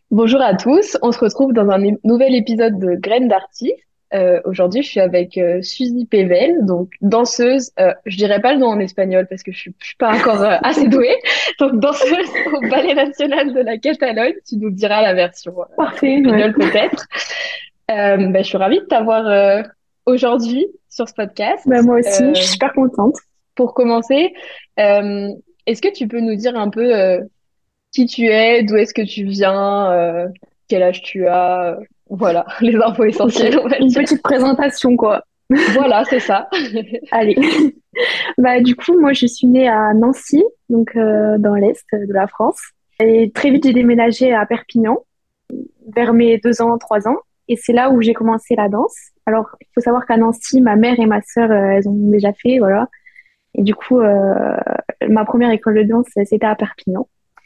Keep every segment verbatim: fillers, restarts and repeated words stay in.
Bonjour à tous, on se retrouve dans un é- nouvel épisode de Graines d'artistes. Euh, aujourd'hui, je suis avec euh, Suzy Pevel, donc danseuse. Euh, je dirais pas le nom en espagnol parce que je suis, je suis pas encore euh, assez douée. Donc danseuse au Ballet National de la Catalogne. Tu nous diras la version euh, Parfait, ouais. espagnole peut-être. Euh, bah, je suis ravie de t'avoir euh, aujourd'hui sur ce Bah, podcast. moi aussi, je Euh, suis super contente. pour commencer, euh, est-ce que tu peux nous dire un peu euh, qui tu es, d'où est-ce que tu viens, euh, quel âge tu as, euh, voilà, les infos Ok, essentielles, on va une dire. petite présentation, quoi. Voilà, c'est ça. Allez. Bah, du coup, moi, je suis née à Nancy, donc euh, dans l'Est de la France. Et très vite, j'ai déménagé à Perpignan, vers mes deux ans, trois ans. Et c'est là où j'ai commencé la danse. Alors, il faut savoir qu'à Nancy, ma mère et ma sœur, euh, elles ont déjà fait, voilà. Et du coup, euh, ma première école de danse, c'était à Perpignan.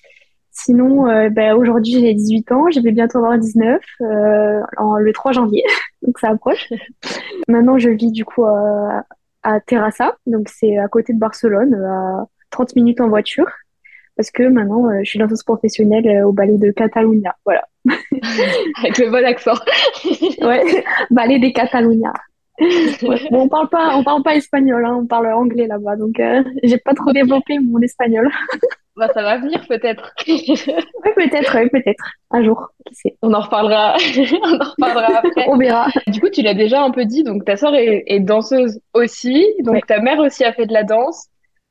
Sinon, euh, ben, aujourd'hui, j'ai dix-huit ans, je vais bientôt avoir dix-neuf, euh, en- le trois janvier, donc ça approche. Maintenant, je vis du coup à, à Terrassa, donc c'est à côté de Barcelone, à trente minutes en voiture, parce que maintenant, euh, je suis danseuse professionnelle euh, au ballet de Catalunya. Voilà. Avec le bon accent. Ouais, ballet de Catalunya. Ouais. Bon, on parle pas, on parle pas espagnol, hein, on parle anglais là-bas, donc euh, j'ai pas trop Ok, développé mon espagnol. bah, ça va venir peut-être. Oui, peut-être, oui, peut-être, un jour, qui sait. On en reparlera, on en reparlera après. On verra. Du coup, tu l'as déjà un peu dit, donc ta sœur est, est danseuse aussi, Ouais. donc ta mère aussi a fait de la danse.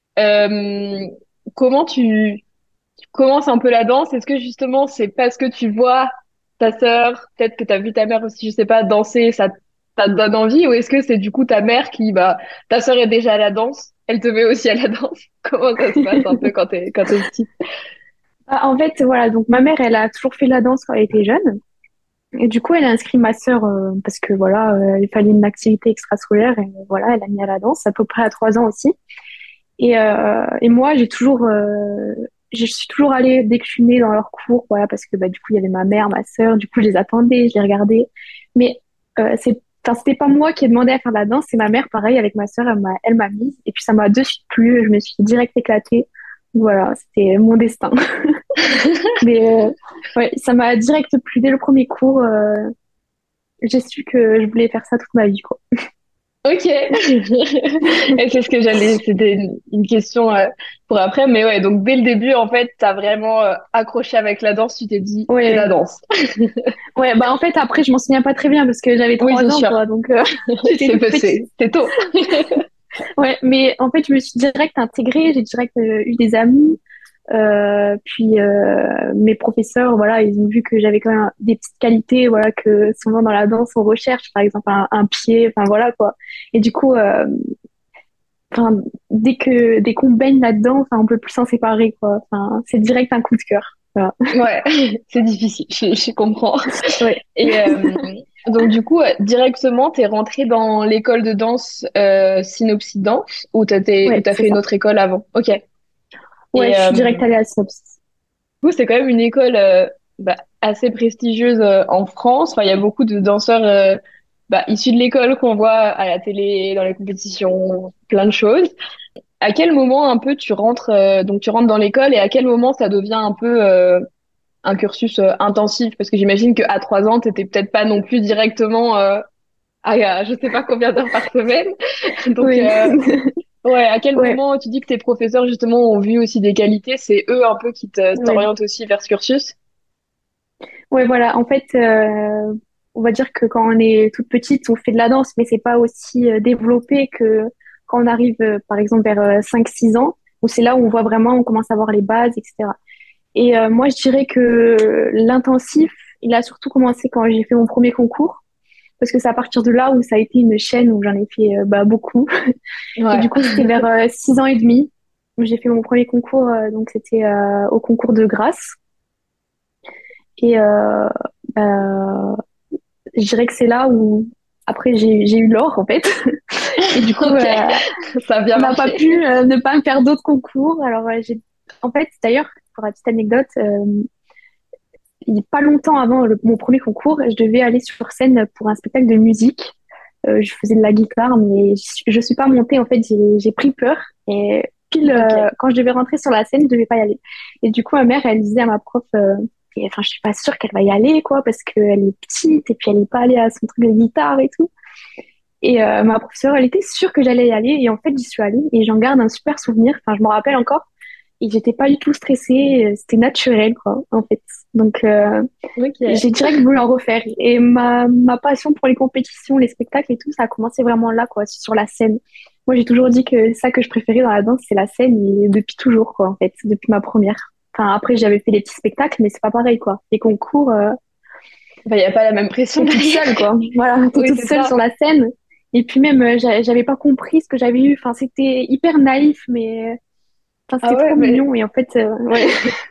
Euh, comment tu, tu commences un peu la danse? Est-ce que justement c'est parce que tu vois ta sœur, peut-être que tu as vu ta mère aussi, je sais pas, danser, ça, ça te donne envie, ou est-ce que c'est du coup ta mère qui, bah, ta sœur est déjà à la danse, elle te met aussi à la danse? Comment ça se passe un peu quand t'es, quand t'es petite? Ah, en fait, voilà, donc ma mère, elle a toujours fait de la danse quand elle était jeune. Et du coup, elle a inscrit ma sœur euh, parce que voilà, euh, il fallait une activité extrascolaire et voilà, elle a mis à la danse à peu près à trois ans aussi. Et, euh, et moi, j'ai toujours, euh, je suis toujours allée dès que je suis née dans leurs cours, voilà, parce que bah, du coup, il y avait ma mère, ma sœur, du coup, je les attendais, je les regardais. Mais euh, c'est, enfin, c'était pas moi qui ai demandé à faire de la danse, c'est ma mère, pareil, avec ma sœur, elle m'a, elle m'a mise. Et puis ça m'a de suite plu, je me suis direct éclatée. Voilà, c'était mon destin. Mais euh, ouais, ça m'a direct plu dès le premier cours. euh, j'ai su que je voulais faire ça toute ma vie, quoi. Ok. Et c'est ce que j'allais, c'était une, une question euh, pour après, mais ouais, donc dès le début, en fait, t'as vraiment euh, accroché avec la danse, tu t'es dit, c'est la Ouais, danse. ouais, bah en fait après je m'en souviens pas très bien parce que j'avais Oui, trois c'est ans sûr. quoi, donc euh, j'étais C'est toute petite. c'est c'est tôt. Ouais, mais en fait je me suis direct intégrée, j'ai direct euh, eu des amis, euh, puis euh, mes professeurs, voilà, ils ont vu que j'avais quand même des petites qualités, voilà, que souvent dans la danse on recherche, par exemple un, un pied, enfin voilà quoi. Et du coup, euh, enfin dès que dès qu'on baigne là-dedans, enfin on peut plus s'en séparer quoi. Enfin c'est direct un coup de cœur. Voilà. Ouais, c'est difficile, je, je comprends. Ouais, Et euh, donc du coup, euh, directement, t'es rentrée dans l'école de danse euh, Synopsis Danse ou t'as t'es- ou ouais, t'as c'est fait une ça. autre école avant? Ok. Ouais, Et je euh, suis direct du allée à SOPS. coup, c'est quand même une école euh, bah, assez prestigieuse euh, en France. Enfin, il y a beaucoup de danseurs euh, bah, issus de l'école qu'on voit à la télé, dans les compétitions, plein de choses. À quel moment un peu tu rentres euh, donc tu rentres dans l'école et à quel moment ça devient un peu euh, un cursus euh, intensif parce que j'imagine qu'à trois ans t'étais peut-être pas non plus directement euh, à, à je sais pas combien d'heures par semaine donc Oui. euh, ouais, à quel Ouais, moment tu dis que tes professeurs justement ont vu aussi des qualités, c'est eux un peu qui te ouais. t'orientent aussi vers ce cursus? Ouais, voilà. En fait, euh, on va dire que quand on est toute petite, on fait de la danse, mais c'est pas aussi euh, développé que quand on arrive, euh, par exemple, vers euh, cinq six ans, où c'est là où on voit vraiment, on commence à voir les bases, et cetera. Et euh, moi, je dirais que l'intensif, il a surtout commencé quand j'ai fait mon premier concours, parce que c'est à partir de là où ça a été une chaîne où j'en ai fait euh, bah, beaucoup. Et Ouais. du coup, c'était vers euh, six ans et demi où j'ai fait mon premier concours, euh, donc c'était euh, au concours de Grasse. Et euh, bah, je dirais que c'est là où après j'ai j'ai eu l'or en fait. Et du coup, Ok, euh, ça a bien on n'a pas marché. pu euh, ne pas me faire d'autres concours. Alors euh, j'ai en fait d'ailleurs pour la petite anecdote, euh, il y a pas longtemps avant le- mon premier concours, je devais aller sur scène pour un spectacle de musique. Euh, je faisais de la guitare, mais je, je suis pas montée. En fait, j'ai j'ai pris peur et pile Ok. euh, quand je devais rentrer sur la scène, je devais pas y aller. Et du coup, ma mère, elle disait à ma prof. euh, et, enfin, je suis pas sûre qu'elle va y aller, quoi, parce qu'elle est petite et puis elle est pas allée à son truc de guitare et tout. Et euh, ma professeure, elle était sûre que j'allais y aller. Et en fait, j'y suis allée et j'en garde un super souvenir. Enfin, je me rappelle encore. Et j'étais pas du tout stressée. euh, C'était naturel, quoi, en fait. Donc, euh, Ok. j'ai direct voulu en refaire. Et ma, ma passion pour les compétitions, les spectacles et tout, ça a commencé vraiment là, quoi, sur la scène. Moi, j'ai toujours dit que ça que je préférais dans la danse, c'est la scène. Et depuis toujours, quoi, en fait. Depuis ma première. Enfin, après, j'avais fait des petits spectacles, mais c'est pas pareil, quoi. Les concours, euh, Enfin, il n'y a pas la même pression t'es toute derrière. seule, quoi. Voilà, t'es Oui, toute c'est seule ça. sur la scène. Et puis même, euh, j'a- j'avais pas compris ce que j'avais eu. Enfin, c'était hyper naïf, mais enfin, Ah c'était ouais, trop mais mignon. Et en fait, euh, ouais,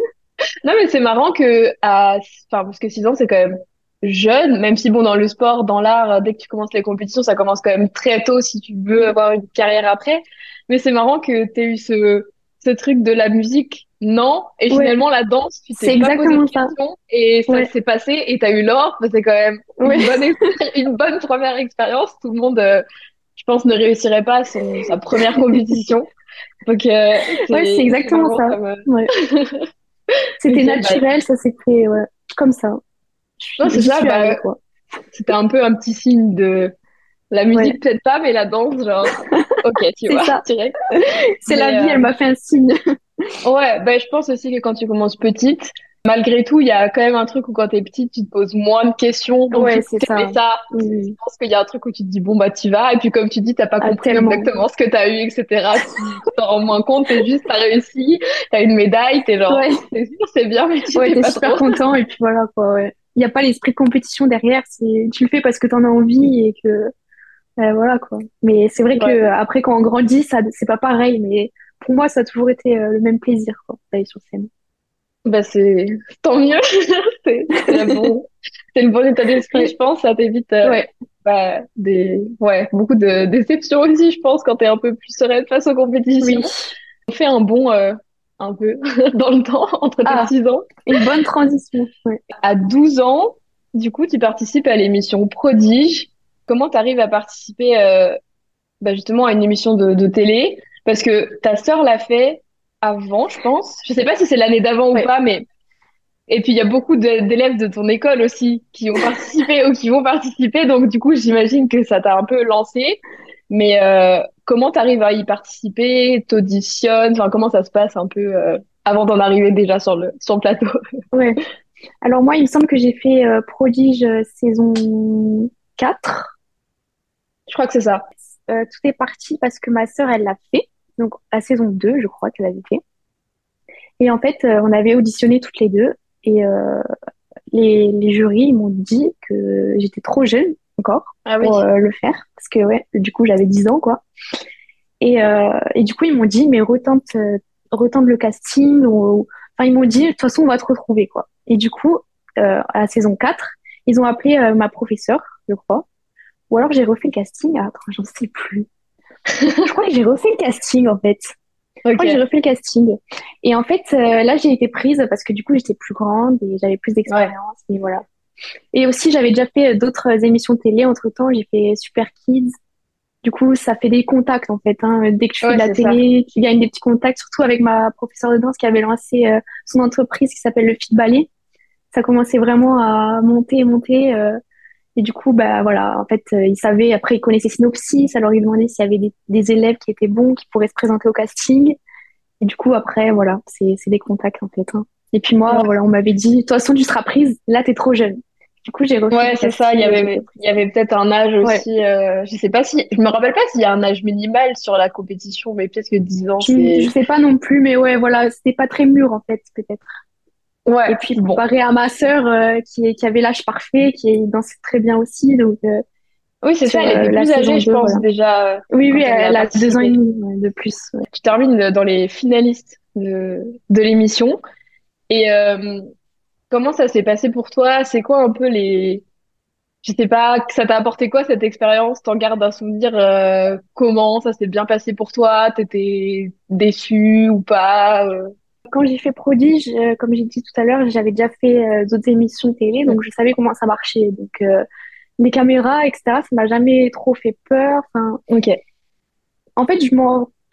non, mais c'est marrant que à enfin parce que six ans c'est quand même jeune, même si bon dans le sport, dans l'art, dès que tu commences les compétitions, ça commence quand même très tôt si tu veux avoir une carrière après. Mais c'est marrant que tu eu ce ce truc de la musique, non, et ouais, finalement la danse, tu t'es c'est pas posé de exactement ça. questions et ça Ouais, s'est passé et t'as eu l'or. Bah, c'est quand même ouais, une bonne expé- une bonne première expérience. Tout le monde, euh, je pense, ne réussirait pas son sa première compétition. Donc euh, ouais, c'est c'est c'est exactement marrant ça. comme euh, Ouais, c'était ok, bah naturel, ça s'est fait, ouais, comme ça. Je non, suis- c'est J'y ça, suis allée, bah, quoi. c'était un peu un petit signe de la Ouais, musique, peut-être pas, mais la danse, genre, ok, tu c'est vois, ça. direct. C'est la Mais vie, elle euh, m'a fait un signe. ouais, bah, je pense aussi que quand tu commences petite, malgré tout, il y a quand même un truc où quand t'es petite, tu te poses moins de questions. Donc, du Ouais, coup, c'est t'aimais ça. ça. Je Oui, pense qu'il y a un truc où tu te dis, bon, bah, t'y vas. Et puis, comme tu dis, t'as pas ah, compris tellement. exactement ce que t'as eu, et cetera. Tu tu t'en rends moins compte, t'es juste, t'as réussi, t'as une médaille, t'es genre, Ouais, c'est sûr, c'est bien, mais tu ouais, sais t'es pas super trop. content et puis voilà, quoi, ouais. Il n'y a pas l'esprit de compétition derrière, c'est, tu le fais parce que t'en as envie et que, euh, voilà, quoi. Mais c'est vrai que Ouais. après, quand on grandit, ça, c'est pas pareil, mais pour moi, ça a toujours été euh, le même plaisir, quoi, d'aller sur scène. Bah c'est tant mieux, c'est c'est la bon, c'est le bon état d'esprit, je Ouais, pense, ça t'évite euh, ouais, bah, des ouais beaucoup de déceptions aussi, je pense, quand t'es un peu plus sereine face aux oui. compétitions. On fait un bond euh, un peu dans le temps entre tes Ah, six ans. une bonne transition. Ouais. À douze ans, du coup, tu participes à l'émission Prodige. Comment t'arrives à participer euh, bah, justement à une émission de, de télé? Parce que ta sœur l'a fait avant, je pense. Je sais pas si c'est l'année d'avant ou Ouais. pas, mais et puis, il y a beaucoup de- d'élèves de ton école aussi qui ont participé ou qui vont participer. Donc, du coup, j'imagine que ça t'a un peu lancé. Mais euh, comment t'arrives à y participer? T'auditionnes? Enfin, comment ça se passe un peu euh, avant d'en arriver déjà sur le, sur le plateau? Ouais. Alors moi, il me semble que j'ai fait euh, Prodige euh, saison quatre. Je crois que c'est ça. Euh, tout est parti parce que ma sœur, elle l'a fait. Donc, la saison deux, je crois qu'elle avait fait. Et en fait, euh, on avait auditionné toutes les deux. Et euh, les, les jurys ils m'ont dit que j'étais trop jeune encore Ah oui. pour euh, le faire. Parce que, ouais, du coup, j'avais dix ans, quoi. Et, euh, et du coup, ils m'ont dit, mais retente, euh, retente le casting. Ou... Enfin, ils m'ont dit, de toute façon, on va te retrouver, quoi. Et du coup, euh, à la saison quatre, ils ont appelé euh, ma professeure, je crois. Ou alors j'ai refait le casting. Ah, attends, j'en sais plus. Je crois que j'ai refait le casting, en fait. Je Ok. crois que j'ai refait le casting. Et en fait, euh, là, j'ai été prise parce que du coup, j'étais plus grande et j'avais plus Ouais. d'expérience. Et voilà. Et aussi, j'avais déjà fait euh, d'autres euh, émissions télé. Entre-temps, j'ai fait Super Kids. Du coup, ça fait des contacts, en fait, hein. Dès que tu fais Ouais, de la c'est ça. télé, tu gagnes des petits contacts, surtout avec ma professeure de danse qui avait lancé euh, son entreprise qui s'appelle le Fit Ballet. Ça commençait vraiment à monter et monter. euh, et du coup, bah voilà, en fait, euh, ils savaient, après, ils connaissaient Synopsis, alors ils demandaient s'il y avait des, des élèves qui étaient bons, qui pourraient se présenter au casting. Et du coup, après, voilà, c'est, c'est des contacts, en fait, hein. Et puis moi, Ouais. voilà, on m'avait dit, de toute façon, tu seras prise, là, t'es trop jeune. Du coup, j'ai refait le Ouais, c'est ça. Il y casting et j'ai été avait, il prise. y avait peut-être un âge Ouais. aussi. Euh, je sais pas si, je me rappelle pas s'il y a un âge minimal sur la compétition, mais peut-être que dix ans, Je, je c'est. sais pas non plus, mais ouais, voilà, c'était pas très mûr, en fait, peut-être. Ouais. Et puis, Bon. comparé à ma sœur, euh, qui, qui avait l'âge parfait, qui dansait très bien aussi, donc, euh, Oui, c'est ça. sur Elle euh, était la plus saison âgée, je deux pense voilà. déjà euh, Oui, oui, quand elle a elle a deux ans et participé. demi ouais, de plus. Ouais. Tu termines dans les finalistes de, de l'émission. Et euh, comment ça s'est passé pour toi? C'est quoi un peu les... Je sais pas, ça t'a apporté quoi cette expérience? T'en gardes un souvenir euh, comment ça s'est bien passé pour toi? T'étais déçu ou pas? euh Quand j'ai fait Prodige, euh, comme j'ai dit tout à l'heure, j'avais déjà fait euh, d'autres émissions télé, Mm. donc je savais comment ça marchait. Donc, euh, les caméras, et cetera, ça m'a jamais trop fait peur. Enfin, Ok. en fait, je m'en...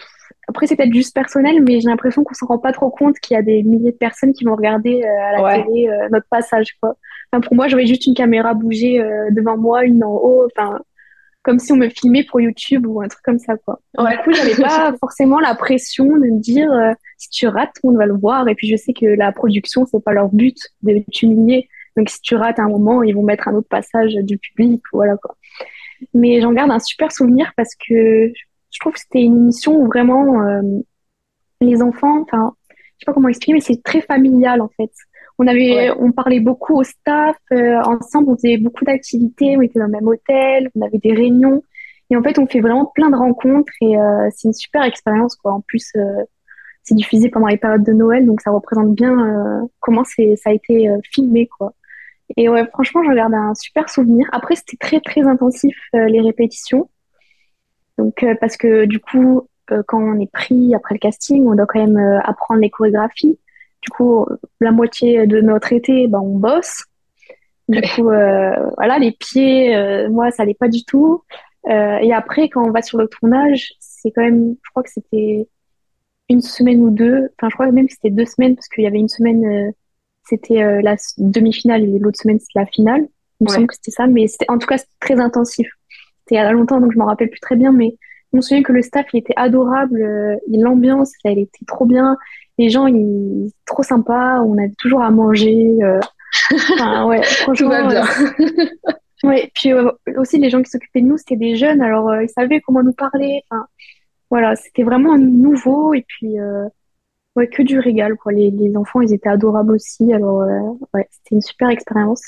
après, c'est peut-être juste personnel, mais j'ai l'impression qu'on s'en rend pas trop compte qu'il y a des milliers de personnes qui vont regarder euh, à la Ouais. télé euh, notre passage, quoi. Enfin, pour moi, j'aurais juste une caméra bouger euh, devant moi, une en haut, enfin, comme si on me filmait pour YouTube ou un truc comme ça, quoi. Du Ouais. coup, j'avais pas forcément la pression de me dire euh, si tu rates, tout le monde va le voir. Et puis, je sais que la production, c'est pas leur but de t'humilier. Donc, si tu rates un moment, ils vont mettre un autre passage du public, voilà, quoi. Mais j'en garde un super souvenir parce que je trouve que c'était une émission où vraiment euh, les enfants, enfin, je sais pas comment expliquer, mais c'est très familial en fait. On avait, Ouais. on parlait beaucoup au staff, euh, ensemble, on faisait beaucoup d'activités, on était dans le même hôtel, on avait des réunions. Et en fait, on fait vraiment plein de rencontres et euh, c'est une super expérience, quoi. En plus, euh, c'est diffusé pendant les périodes de Noël, donc ça représente bien euh, comment c'est, ça a été euh, filmé, quoi. Et ouais, franchement, j'en garde un super souvenir. Après, c'était très, très intensif, euh, les répétitions. Donc, euh, parce que du coup, euh, quand on est pris après le casting, on doit quand même euh, apprendre les chorégraphies. Du coup, la moitié de notre été, ben, on bosse. Du coup, euh, voilà, les pieds, euh, moi, ça allait pas du tout. Euh, et après, quand on va sur le tournage, c'est quand même, je crois que c'était une semaine ou deux. Enfin, je crois même que c'était deux semaines parce qu'il y avait une semaine, euh, c'était euh, la s- demi-finale et l'autre semaine, c'était la finale. Il me semble Ouais. que c'était ça, mais c'était, en tout cas, c'était très intensif. C'était il y a longtemps, donc je m'en rappelle plus très bien, mais je me souviens que le staff, il était adorable, euh, et l'ambiance, elle était trop bien. Les gens, ils étaient trop sympas, on avait toujours à manger. euh. Enfin, ouais, Tout va franchement, euh, bien. c- ouais. Puis euh, aussi, les gens qui s'occupaient de nous, c'était des jeunes, alors euh, ils savaient comment nous parler. Enfin, voilà, c'était vraiment nouveau, et puis, euh, ouais, que du régal, quoi. Les, les enfants, ils étaient adorables aussi, alors, euh, ouais, c'était une super expérience.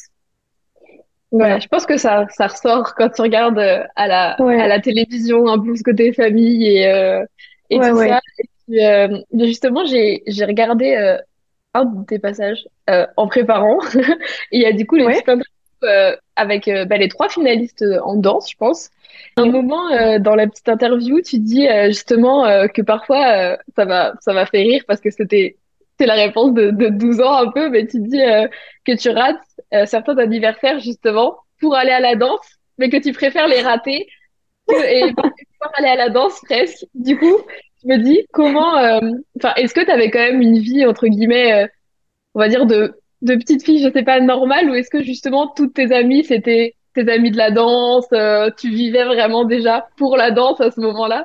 Ouais, Voilà. je pense que ça, ça ressort quand tu regardes euh, à la, à Ouais, la télévision un peu ce côté famille et, euh, et ouais, tout ça. ouais. Et puis, euh, mais justement, j'ai, j'ai regardé euh, un de tes passages euh, en préparant. Et il y a du coup les Ouais, petites interviews euh, avec euh, bah, les trois finalistes euh, en danse, je pense. Un ouais. moment euh, dans la petite interview, tu dis euh, justement euh, que parfois euh, ça m'a ça m'a fait rire parce que c'était c'est la réponse de, de douze ans un peu, mais tu dis euh, que tu rates euh, certains anniversaires justement pour aller à la danse, mais que tu préfères les rater que et pouvoir aller à la danse presque. Du coup, je me dis comment, euh, enfin, est-ce que tu avais quand même une vie entre guillemets, euh, on va dire de de petite fille, je sais pas, normale, ou est-ce que justement toutes tes amies c'était tes amies de la danse, euh, tu vivais vraiment déjà pour la danse à ce moment-là?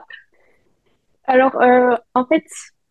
Alors, euh, en fait,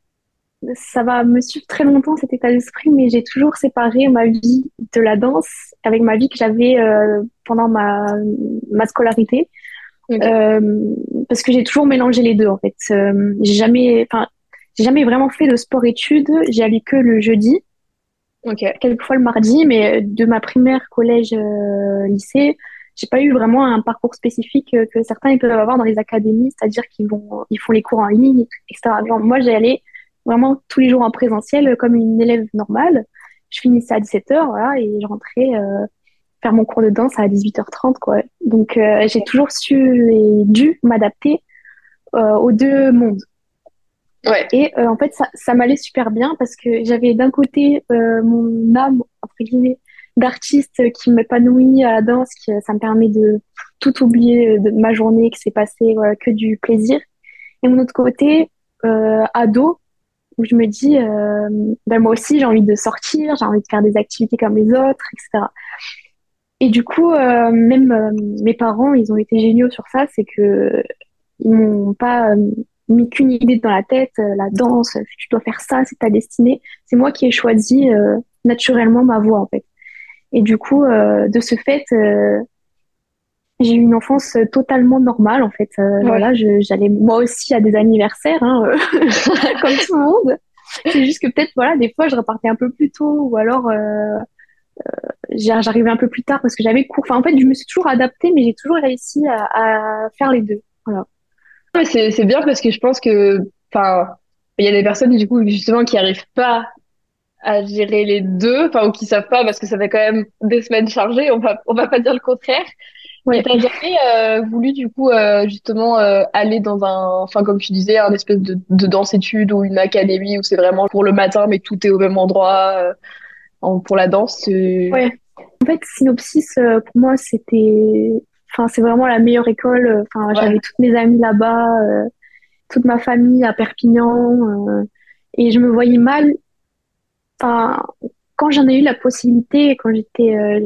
ça va me suivre très longtemps cet état d'esprit, mais j'ai toujours séparé ma vie de la danse avec ma vie que j'avais euh, pendant ma, ma scolarité, Ok, euh, parce que j'ai toujours mélangé les deux en fait. Euh, j'ai jamais, enfin, j'ai jamais vraiment fait de sport-études. J'y allais que le jeudi, ok, quelquefois le mardi, mais de ma primaire, collège, euh, lycée, j'ai pas eu vraiment un parcours spécifique euh, que certains ils peuvent avoir dans les académies, c'est-à-dire qu'ils vont, ils font les cours en ligne, et cetera. Genre, moi, j'ai allé vraiment tous les jours en présentiel euh, comme une élève normale. Je finissais à dix-sept heures, voilà, et je rentrais euh, faire mon cours de danse à dix-huit heures trente, quoi. Donc, euh, j'ai toujours su et dû m'adapter euh, aux deux mondes. ouais, Et euh, en fait, ça, ça m'allait super bien parce que j'avais d'un côté euh, mon âme, entre guillemets, d'artiste qui m'épanouit à la danse, qui, euh, ça me permet de tout oublier euh, de ma journée, que c'est passé voilà, que du plaisir. Et mon autre côté, euh, ado, où je me dis, euh, ben moi aussi, j'ai envie de sortir, j'ai envie de faire des activités comme les autres, et cetera. Et du coup, euh, même euh, mes parents, ils ont été géniaux sur ça, c'est que ils m'ont pas euh, mis qu'une idée dans la tête, euh, la danse, tu dois faire ça, c'est ta destinée. C'est moi qui ai choisi euh, naturellement ma voie en fait. Et du coup, euh, de ce fait, euh, j'ai eu une enfance totalement normale en fait. Euh, voilà, ouais. je- j'allais moi aussi à des anniversaires, hein, euh, comme tout le monde. C'est juste que peut-être voilà, des fois je repartais un peu plus tôt ou alors euh, j'ai- j'arrivais un peu plus tard parce que j'avais cours. Enfin, en fait, je me suis toujours adaptée, mais j'ai toujours réussi à, à faire les deux. Voilà. Ouais, c'est c'est bien parce que je pense que, enfin, il y a des personnes du coup justement qui arrivent pas à gérer les deux, enfin, ou qui savent pas parce que ça fait quand même des semaines chargées, on va, on va pas dire le contraire. Et Ouais. t'as jamais euh, voulu du coup euh, justement euh, aller dans un, enfin comme tu disais, un espèce de, de danse-études ou une académie où c'est vraiment pour le matin mais tout est au même endroit euh, en- pour la danse. c'est- Ouais. En fait, Synopsis, euh, pour moi, c'était, enfin, c'est vraiment la meilleure école. Enfin, Ouais, j'avais toutes mes amies là-bas. euh, toute ma famille à Perpignan. euh, et je me voyais mal, enfin, quand j'en ai eu la possibilité, quand j'étais euh,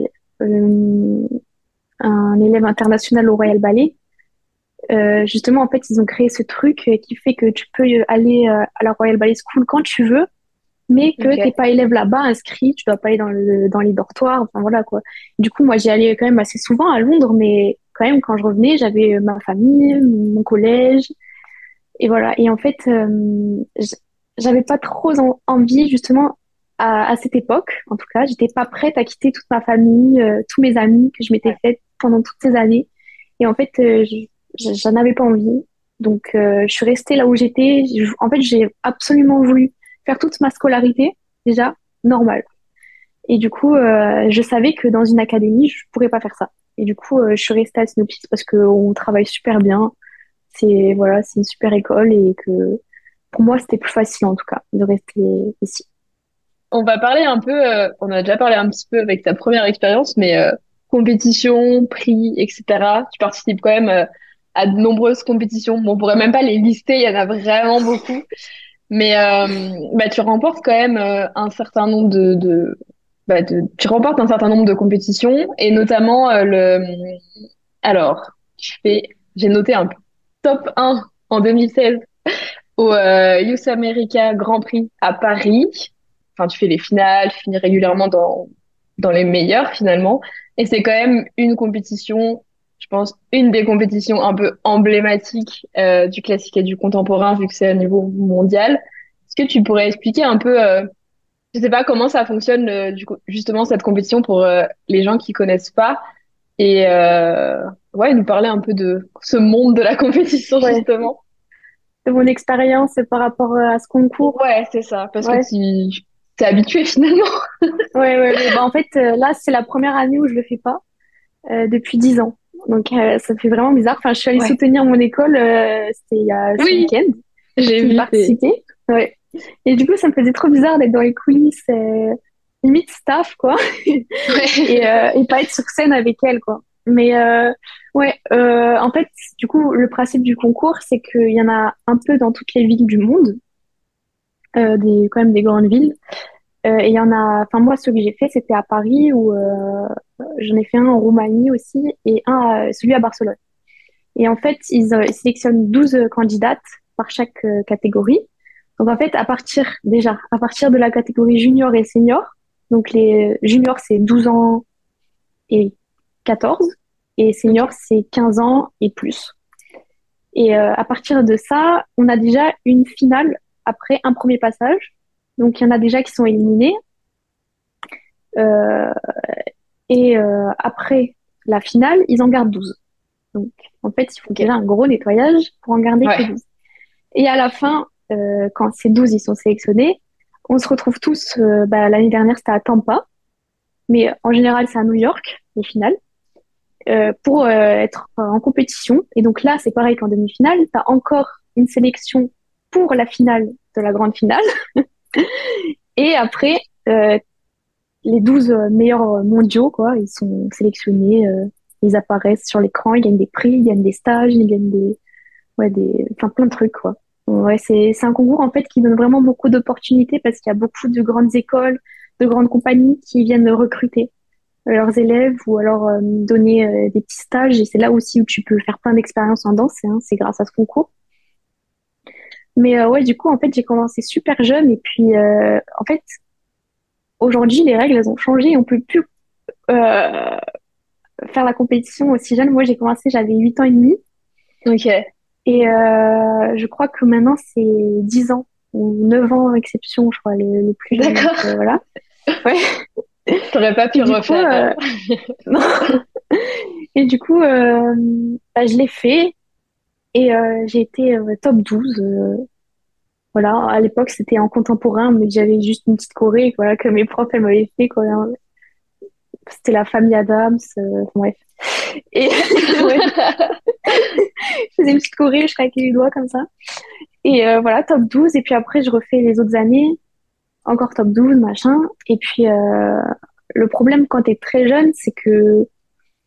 euh, un élève international au Royal Ballet, euh, justement, en fait, ils ont créé ce truc euh, qui fait que tu peux euh, aller euh, à la Royal Ballet School quand tu veux, mais que t'es Ok. pas élève là-bas inscrit, tu dois pas aller dans le, dans les dortoirs, enfin voilà quoi. Du coup, moi, j'y allais quand même assez souvent à Londres, mais quand même, quand je revenais, j'avais euh, ma famille, mon collège, et voilà. Et en fait, euh, j- j'avais pas trop en- envie, justement, à, à cette époque, en tout cas, j'étais pas prête à quitter toute ma famille, euh, tous mes amis que je m'étais Ouais. fait pendant toutes ces années. Et en fait, euh, j- j- j'en avais pas envie. Donc, euh, je suis restée là où j'étais. Je- En fait, j'ai absolument voulu faire toute ma scolarité, déjà, normale. Et du coup, euh, je savais que dans une académie, je pourrais pas faire ça. Et du coup, euh, je suis restée à Snowpies parce qu'on travaille super bien. C'est voilà, c'est une super école et que pour moi, c'était plus facile en tout cas de rester ici. On va parler un peu, euh, on a déjà parlé un petit peu avec ta première expérience, mais euh, compétition, prix, et cetera. Tu participes quand même euh, à de nombreuses compétitions. Bon, on pourrait même pas les lister, il y en a vraiment beaucoup. Mais euh, bah, tu remportes quand même euh, un certain nombre de, de, bah, de, tu remportes un certain nombre de compétitions et notamment euh, le. Alors, je fais, j'ai noté un top un en deux mille seize au euh, Youth America Grand Prix à Paris. Enfin, tu fais les finales, tu finis régulièrement dans, dans les meilleurs finalement. Et c'est quand même une compétition, je pense, une des compétitions un peu emblématiques euh, du classique et du contemporain vu que c'est à niveau mondial. Est-ce que tu pourrais expliquer un peu, euh, je sais pas comment ça fonctionne euh, du coup, justement cette compétition pour euh, les gens qui connaissent pas et euh, ouais, nous parler un peu de ce monde de la compétition Ouais, justement. de mon expérience par rapport euh, à ce concours. Ouais, c'est ça, parce que Ouais, tu t'es habitué finalement. ouais, ouais, ouais. Bah, en fait, euh, là, c'est la première année où je le fais pas euh, depuis dix ans. Donc, euh, ça fait vraiment bizarre. Enfin, je suis allée Ouais. soutenir mon école, euh, c'était il y a ce Oui, week-end, j'ai qui vu, c'est... participait. Ouais. Et du coup, ça me faisait trop bizarre d'être dans les coulisses, euh, limite staff, quoi. et, Ouais. euh, et pas être sur scène avec elle, quoi. Mais euh, ouais, euh, en fait, du coup, le principe du concours, c'est qu'il y en a un peu dans toutes les villes du monde, euh, des, quand même des grandes villes. Euh, et il y en a, enfin moi, ce que j'ai fait, c'était à Paris, ou euh, j'en ai fait un en Roumanie aussi, et un, à- celui à Barcelone. Et en fait, ils, euh, ils sélectionnent douze candidates par chaque euh, catégorie. Donc en fait, à partir, déjà, à partir de la catégorie junior et senior, donc les juniors, c'est douze ans et quatorze, et senior, Ok. c'est quinze ans et plus. Et euh, à partir de ça, on a déjà une finale après un premier passage. Donc il y en a déjà qui sont éliminés. Euh, et euh, après la finale, ils en gardent douze. Donc en fait, ils font Ok. déjà un gros nettoyage pour en garder que Ouais. douze. Et à la fin, euh, quand ces douze ils sont sélectionnés, on se retrouve tous, euh, bah, l'année dernière c'était à Tampa, mais en général c'est à New York, les finales. Euh, pour euh, être en compétition. Et donc là, c'est pareil qu'en demi-finale, tu as encore une sélection pour la finale de la grande finale. Et après, euh, les douze meilleurs mondiaux, quoi, ils sont sélectionnés, euh, ils apparaissent sur l'écran, ils gagnent des prix, ils gagnent des stages, ils gagnent des, ouais, des, enfin, plein de trucs, quoi. Ouais, c'est, c'est un concours, en fait, qui donne vraiment beaucoup d'opportunités parce qu'il y a beaucoup de grandes écoles, de grandes compagnies qui viennent recruter leurs élèves ou alors euh, donner euh, des petits stages. Et c'est là aussi où tu peux faire plein d'expériences en danse, hein, c'est grâce à ce concours. Mais euh, ouais, du coup, en fait, j'ai commencé super jeune et puis, euh, en fait, aujourd'hui, les règles, elles ont changé. On peut plus euh, faire la compétition aussi jeune. Moi, j'ai commencé, j'avais huit ans et demi Ok. et euh, je crois que maintenant, c'est dix ans ou neuf ans exception, je crois, le, le plus jeune. Donc D'accord. euh, voilà. Ouais. T'aurais pas Et pu du coup, refaire. euh, euh. non. Et du coup, euh, bah, je l'ai fait. Et euh, j'ai été euh, top douze. Euh, voilà, à l'époque, c'était en contemporain, mais j'avais juste une petite choré, voilà, que mes profs, elles m'avaient fait, quoi. Hein. C'était la famille Adams, euh, enfin, bref. Et ouais, je faisais une petite choré, je claquais les doigts comme ça. Et euh, voilà, top douze. Et puis après, je refais les autres années, encore top douze, machin. Et puis, euh, le problème quand t'es très jeune, c'est que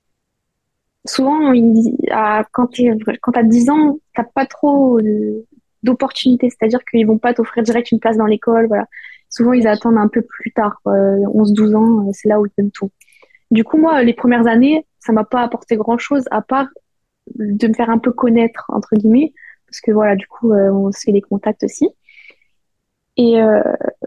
souvent, il, à, quand t'es, quand t'as dix ans, t'as pas trop, d'opportunités, c'est-à-dire qu'ils vont pas t'offrir direct une place dans l'école, voilà. Souvent, ils attendent un peu plus tard, euh, onze douze ans, euh, c'est là où ils donnent tout. Du coup, moi, les premières années, ça m'a pas apporté grand-chose, à part de me faire un peu connaître, entre guillemets, parce que voilà, du coup, euh, on se fait des contacts aussi. Et euh,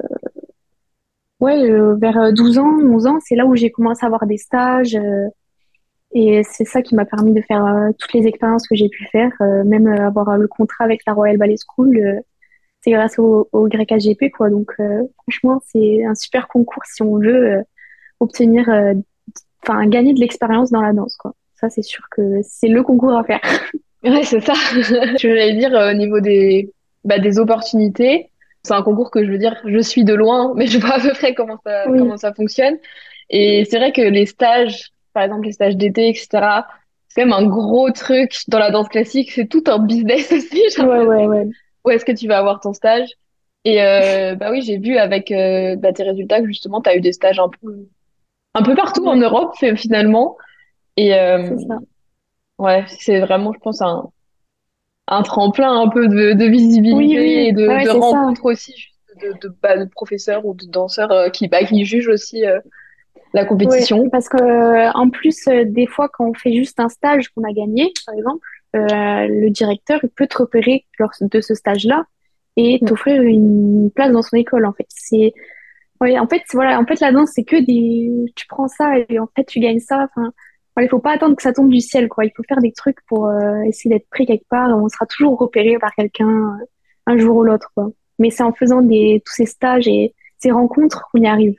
ouais, euh, vers douze ans, onze ans, c'est là où j'ai commencé à avoir des stages, euh, et c'est ça qui m'a permis de faire euh, toutes les expériences que j'ai pu faire, euh, même euh, avoir euh, le contrat avec la Royal Ballet School, euh, c'est grâce au, au Y H G P, quoi. Donc, euh, franchement, c'est un super concours si on veut euh, obtenir, euh, enfin, gagner de l'expérience dans la danse, quoi. Ça, c'est sûr que c'est le concours à faire. Ouais, c'est ça. Je voulais dire euh, au niveau des, bah, des opportunités. C'est un concours que je veux dire, je suis de loin, mais je vois à peu près comment ça, Oui, comment ça fonctionne. Et c'est vrai que les stages, par exemple les stages d'été, et cetera, c'est quand même un gros truc dans la danse classique. C'est tout un business aussi, j'ai ouais, ouais, l'impression. ouais. Où est-ce que tu vas avoir ton stage? Et euh, bah oui, j'ai vu avec euh, bah, tes résultats que justement, tu as eu des stages un peu, un peu partout en Ouais, Europe, fait- finalement. Et euh, c'est ça. ouais, c'est vraiment, je pense, un un tremplin un peu de, de Oui, visibilité oui, et de, ouais, de c'est ça. rencontres aussi juste de, de, bah, de professeurs ou de danseurs euh, qui, bah, qui jugent aussi euh, la Ouais, compétition. parce que euh, en plus, euh, des fois, quand on fait juste un stage qu'on a gagné, par exemple, euh, le directeur il peut te repérer lors de ce stage-là et Mm. t'offrir une place dans son école. En fait, c'est, ouais, en fait, voilà, en fait, la danse, c'est que des, tu prends ça et en fait, tu gagnes ça. Enfin, voilà, il faut pas attendre que ça tombe du ciel, quoi. Il faut faire des trucs pour euh, essayer d'être pris quelque part. On sera toujours repéré par quelqu'un euh, un jour ou l'autre, quoi. Mais c'est en faisant des tous ces stages et ces rencontres qu'on y arrive.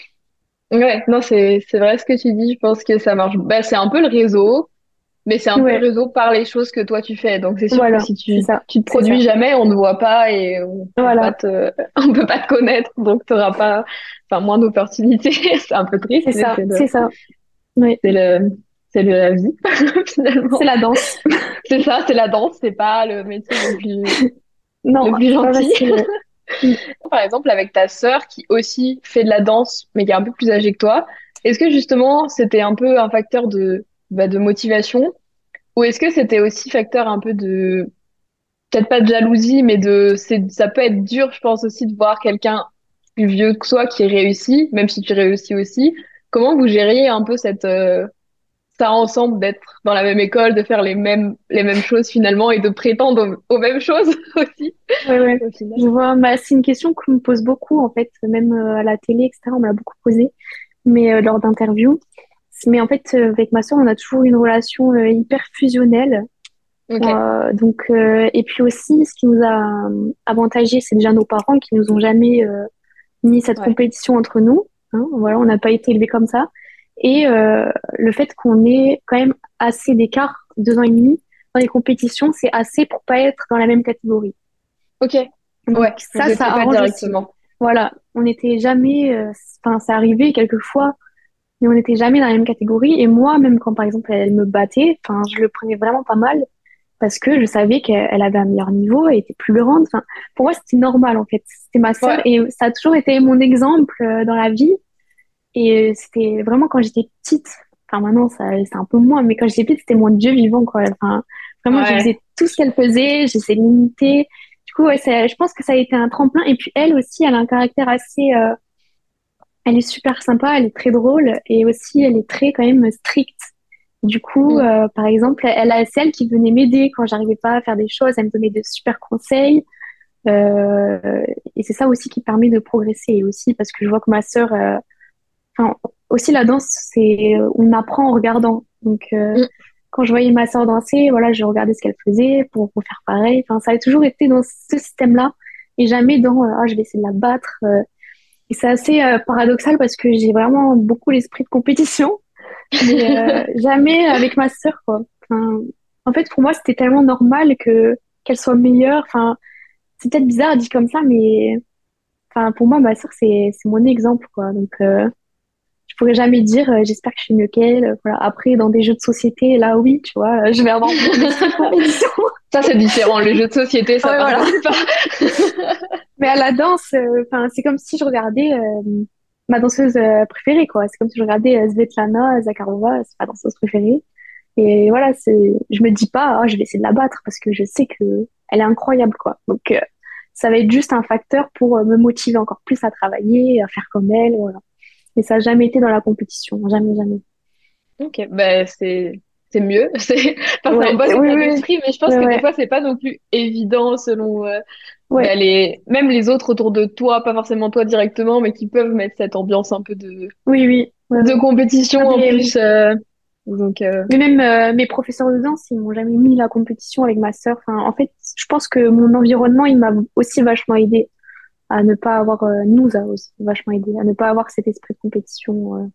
Ouais, non, c'est, c'est vrai ce que tu dis. Je pense que ça marche. Bah, c'est un peu le réseau, mais c'est un peu le Ouais, réseau par les choses que toi tu fais. Donc, c'est sûr que voilà, si c'est tu, ça, tu te c'est ça. produis jamais, on ne voit pas et on peut pas Voilà, te, on peut pas te connaître. Donc, tu n'auras pas, enfin, moins d'opportunités. C'est un peu triste, c'est mais ça, c'est le, c'est ça. Oui, c'est le, c'est le, la vie, c'est finalement. la danse. C'est ça, c'est la danse, c'est pas le métier le plus, Non, le plus c'est pas gentil. facile. Ouais. Mm. Par exemple, avec ta sœur qui aussi fait de la danse, mais qui est un peu plus âgée que toi, est-ce que justement c'était un peu un facteur de, bah, de motivation, ou est-ce que c'était aussi facteur un peu de, peut-être pas de jalousie, mais de, c'est, ça peut être dur, je pense aussi, de voir quelqu'un plus vieux que toi qui réussit, même si tu réussis aussi. Comment vous gériez un peu cette, euh, ça ensemble, d'être dans la même école, de faire les mêmes, les mêmes choses finalement et de prétendre aux, aux mêmes choses aussi, Ouais, ouais. au final. Je vois, bah, c'est une question qu'on me pose beaucoup, en fait, même euh, à la télé, et cetera. On me l'a beaucoup posé, mais euh, lors d'interviews. Mais en fait, euh, avec ma soeur, on a toujours eu une relation euh, hyper fusionnelle. Ok, Euh, donc, euh, et puis aussi, ce qui nous a euh, avantagé, c'est déjà nos parents qui nous ont jamais euh, mis cette ouais, compétition entre nous. Hein. Voilà, on n'a pas été élevés comme ça. Et euh, le fait qu'on ait quand même assez d'écart, deux ans et demi, dans les compétitions, c'est assez pour pas être dans la même catégorie. ok, Donc ouais, vous ça, ça étiez pas arrange aussi. directement. Voilà, on n'était jamais, euh, enfin, ça arrivait quelquefois, mais on n'était jamais dans la même catégorie. Et moi, même quand par exemple elle me battait, enfin, je le prenais vraiment pas mal parce que je savais qu'elle elle avait un meilleur niveau, elle était plus grande. Enfin, pour moi, c'était normal en fait. C'était ma sœur Ouais, et ça a toujours été mon exemple euh, dans la vie. Et euh, c'était vraiment quand j'étais petite. Enfin, maintenant, ça, c'est un peu moins, mais quand j'étais petite, c'était mon Dieu vivant, quoi. Enfin, vraiment, je ouais, faisais tout ce qu'elle faisait, j'essayais de l'imiter. Du coup, ouais, ça- je pense que ça a été un tremplin. Et puis, elle aussi, elle a un caractère assez, euh, elle est super sympa, elle est très drôle et aussi, elle est très, quand même, stricte. Du coup, mm, euh, par exemple, elle a celle qui venait m'aider quand j'arrivais pas à faire des choses, elle me donnait de super conseils. Euh, et c'est ça aussi qui permet de progresser. Et aussi parce que je vois que ma sœur, euh, enfin, aussi la danse, c'est on apprend en regardant. Donc euh, mm. quand je voyais ma sœur danser, voilà, je regardais ce qu'elle faisait pour, pour faire pareil. Enfin, ça a toujours été dans ce système-là et jamais dans euh, ah je vais essayer de la battre. euh. Et c'est assez euh, paradoxal parce que j'ai vraiment beaucoup l'esprit de compétition, mais euh, jamais avec ma sœur quoi. Enfin, en fait, pour moi, c'était tellement normal que qu'elle soit meilleure. Enfin, c'est peut-être bizarre dit comme ça, mais enfin pour moi, ma sœur c'est c'est mon exemple quoi. Donc euh, je pourrais jamais dire euh, j'espère que je suis mieux qu'elle. euh, Voilà. Après, dans des jeux de société, là oui, tu vois, euh, je vais avoir mon esprit de compétition. Ça, c'est différent. Les jeux de société, ça, Ouais, par voilà. contre, pas. Mais à la danse, euh, enfin, c'est comme si je regardais euh, ma danseuse euh, préférée, quoi. C'est comme si je regardais euh, Svetlana Zakharova, c'est ma danseuse préférée. Et voilà, c'est, je me dis pas, ah, je vais essayer de la battre parce que je sais que elle est incroyable, quoi. Donc, euh, ça va être juste un facteur pour euh, me motiver encore plus à travailler, à faire comme elle, voilà. Mais ça n'a jamais été dans la compétition, jamais, jamais. Ok, bah c'est c'est mieux. C'est enfin, c'est un Ouais, bon oui, état oui, d'esprit, mais je pense ouais, que des ouais, fois c'est pas non plus évident selon euh, bah, ouais, les même les autres autour de toi, pas forcément toi directement, mais qui peuvent mettre cette ambiance un peu de oui, oui, ouais, de ouais. compétition Non, en mais, plus. euh, donc euh, mais même euh, mes professeurs de danse, ils m'ont jamais mis la compétition avec ma sœur. Enfin, en fait, je pense que mon environnement, il m'a aussi vachement aidé à ne pas avoir, euh, nous a aussi vachement aidé à ne pas avoir cet esprit de compétition. euh.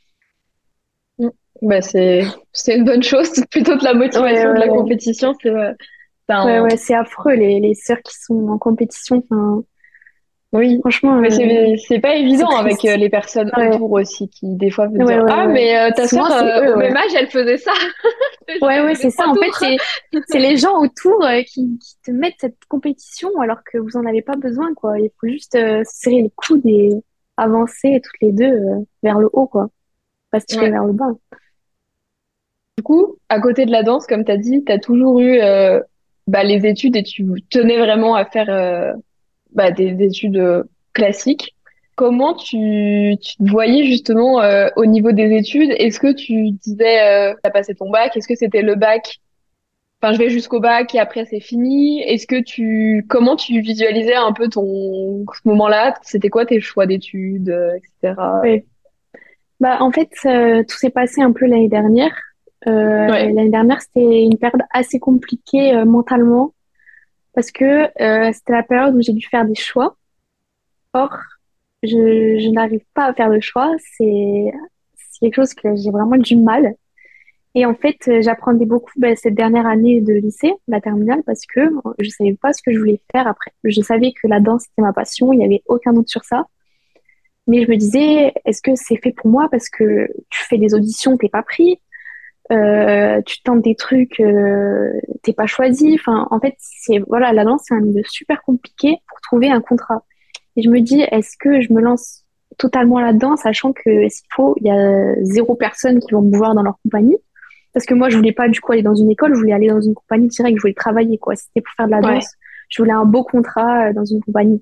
mm, bah c'est c'est une bonne chose plutôt que la Ouais, motivation de ouais, la ouais. compétition. C'est euh, c'est Ouais, un ouais, c'est affreux, les, les sœurs qui sont en compétition. Enfin, oui, franchement, mais euh, c'est c'est pas c'est évident avec euh, triste. les personnes Ouais, autour aussi qui des fois veulent ouais, dire ouais, ah ouais. mais euh, ta sœur Souvent, c'est euh, eux, au ouais. même âge elle faisait ça. Ouais, Elle ouais, faisait c'est ça. trois En fait, tours. c'est, c'est les gens autour euh, qui, qui te mettent cette compétition alors que vous en avez pas besoin, quoi. Il faut juste euh, se serrer les coudes et avancer toutes les deux euh, vers le haut, quoi. Pas se tirer Ouais. vers le bas. Du coup, à côté de la danse, comme tu as dit, tu as toujours eu euh, bah, les études et tu tenais vraiment à faire euh, bah, des, des études euh, classiques. Comment tu, tu te voyais justement euh, au niveau des études? Est-ce que tu disais, euh, t'as passé ton bac, est-ce que c'était le bac? Enfin, je vais jusqu'au bac et après c'est fini. Est-ce que tu, comment tu visualisais un peu ton ce moment-là? C'était quoi tes choix d'études, euh, et cetera. Ouais. Bah, en fait, euh, tout s'est passé un peu l'année dernière. Euh, Ouais, l'année dernière, c'était une période assez compliquée euh, mentalement parce que euh, c'était la période où j'ai dû faire des choix. Or, je, je n'arrive pas à faire de choix. C'est, c'est quelque chose que j'ai vraiment du mal. Et en fait, euh, j'apprenais beaucoup ben, cette dernière année de lycée, la terminale, parce que euh, je savais pas ce que je voulais faire après. Je savais que la danse était ma passion, il n'y avait aucun doute sur ça. Mais je me disais, est-ce que c'est fait pour moi? Parce que tu fais des auditions, t'es pas pris. Euh, tu tentes des trucs, euh, t'es pas choisi. Enfin, en fait, c'est voilà, la danse, c'est un milieu super compliqué pour trouver un contrat. Et je me dis, est-ce que je me lance totalement là-dedans, sachant que s'il faut, il y a zéro personne qui va me vouloir dans leur compagnie. Parce que moi, je voulais pas du coup aller dans une école, je voulais aller dans une compagnie directe, je voulais travailler, quoi. Si c'était pour faire de la ouais. danse, je voulais un beau contrat euh, dans une compagnie.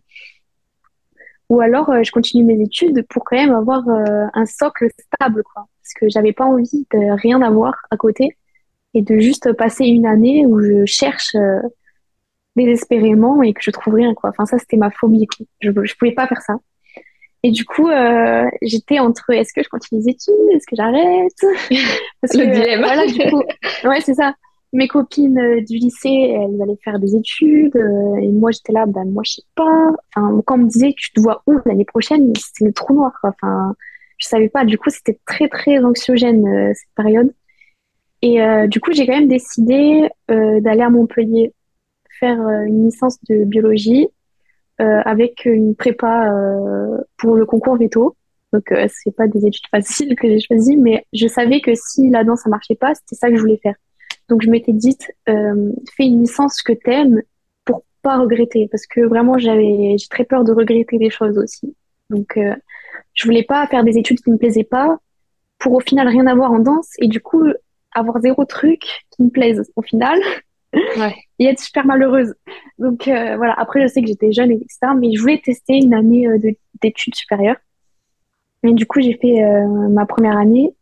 Ou alors, euh, je continue mes études pour quand même avoir euh, un socle stable, quoi. Parce que j'avais pas envie de rien avoir à côté et de juste passer une année où je cherche euh, désespérément et que je trouve rien, quoi. Enfin, ça, c'était ma phobie, quoi. Je, je pouvais pas faire ça. Et du coup, euh, j'étais entre est-ce que je continue les études, est-ce que j'arrête? Parce que Le euh, dilemme. voilà, du coup, ouais, c'est ça. Mes copines euh, du lycée, elles allaient faire des études, euh, et moi j'étais là, ben moi je sais pas. Enfin, quand on me disait tu te vois où l'année prochaine, c'était le trou noir, quoi. Enfin, je savais pas. Du coup, c'était très très anxiogène euh, cette période. Et euh, du coup, j'ai quand même décidé euh, d'aller à Montpellier faire euh, une licence de biologie euh, avec une prépa euh, pour le concours veto. Donc, euh, c'est pas des études faciles que j'ai choisies, mais je savais que si la danse ça marchait pas, c'était ça que je voulais faire. Donc, je m'étais dit, euh, fais une licence que t'aimes pour pas regretter, parce que vraiment, j'avais, j'ai très peur de regretter des choses aussi. Donc, euh, je voulais pas faire des études qui me plaisaient pas pour au final rien avoir en danse et du coup avoir zéro truc qui me plaise au final Ouais. et être super malheureuse. Donc euh, voilà, après je sais que j'étais jeune, et cetera. Mais je voulais tester une année euh, de- d'études supérieures. Et du coup, j'ai fait euh, ma première année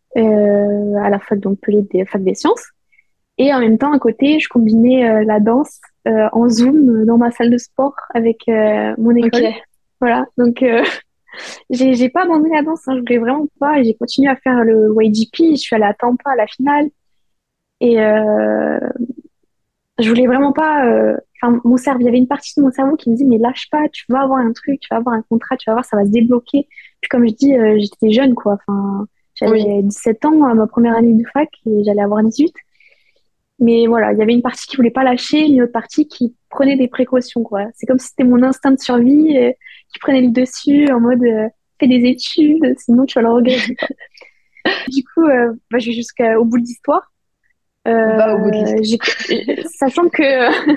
euh, à la fac de Montpellier, des fac des sciences. Et en même temps, à côté, je combinais euh, la danse euh, en Zoom euh, dans ma salle de sport avec euh, mon école. Ok. Voilà, donc euh, j'ai j'ai pas abandonné la danse, hein, je voulais vraiment pas. Et j'ai continué à faire le Y G P. Je suis allée à Tampa à la finale. Et euh, je voulais vraiment pas. euh, Enfin, mon cerveau, il y avait une partie de mon cerveau qui me dit, mais lâche pas, tu vas avoir un truc, tu vas avoir un contrat, tu vas voir, ça va se débloquer. Puis comme je dis, euh, j'étais jeune, quoi. Enfin, Oui. j'avais dix-sept ans à ma première année de fac et j'allais avoir dix-huit. Mais voilà, il y avait une partie qui voulait pas lâcher, une autre partie qui prenait des précautions, quoi. C'est comme si c'était mon instinct de survie euh, qui prenait le dessus en mode, euh, fais des études, sinon tu vas le regretter, quoi. Du coup, euh, bah, je vais jusqu'au bout de l'histoire. Va au bout de Euh, l'histoire. j'ai, euh, sachant que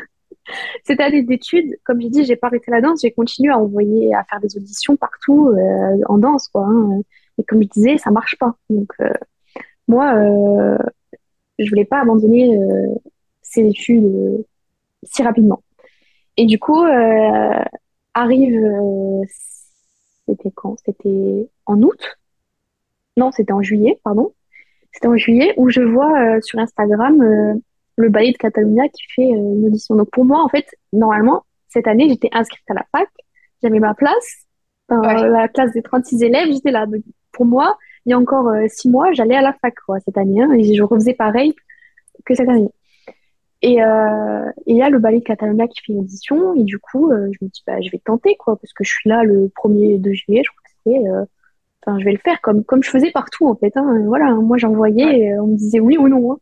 cette année d'études, comme j'ai dit, j'ai pas arrêté la danse, j'ai continué à envoyer, à faire des auditions partout euh, en danse, quoi, hein. Et comme je disais, ça marche pas. Donc euh, moi, euh, je voulais pas abandonner euh, ces études. euh. si rapidement. Et du coup, euh, arrive, euh, c'était quand? C'était en août? Non, c'était en juillet, pardon. C'était en juillet où je vois euh, sur Instagram euh, le Ballet de Catalunya qui fait euh, une audition. Donc pour moi, en fait, normalement, cette année, j'étais inscrite à la fac, j'avais ma place, dans Ouais. la classe des trente-six élèves, j'étais là. Donc, pour moi, il y a encore euh, six mois, j'allais à la fac quoi, cette année, hein, et je refaisais pareil que cette année. Et euh, et il y a le Ballet de Catalunya qui fait une audition, et du coup, euh, je me dis, bah, je vais tenter, quoi, parce que je suis là le premier de juillet, je crois que c'était. euh, Enfin, je vais le faire comme, comme je faisais partout, en fait. Hein. Voilà, moi, Ouais. j'envoyais, euh, on me disait oui ou non. Hein.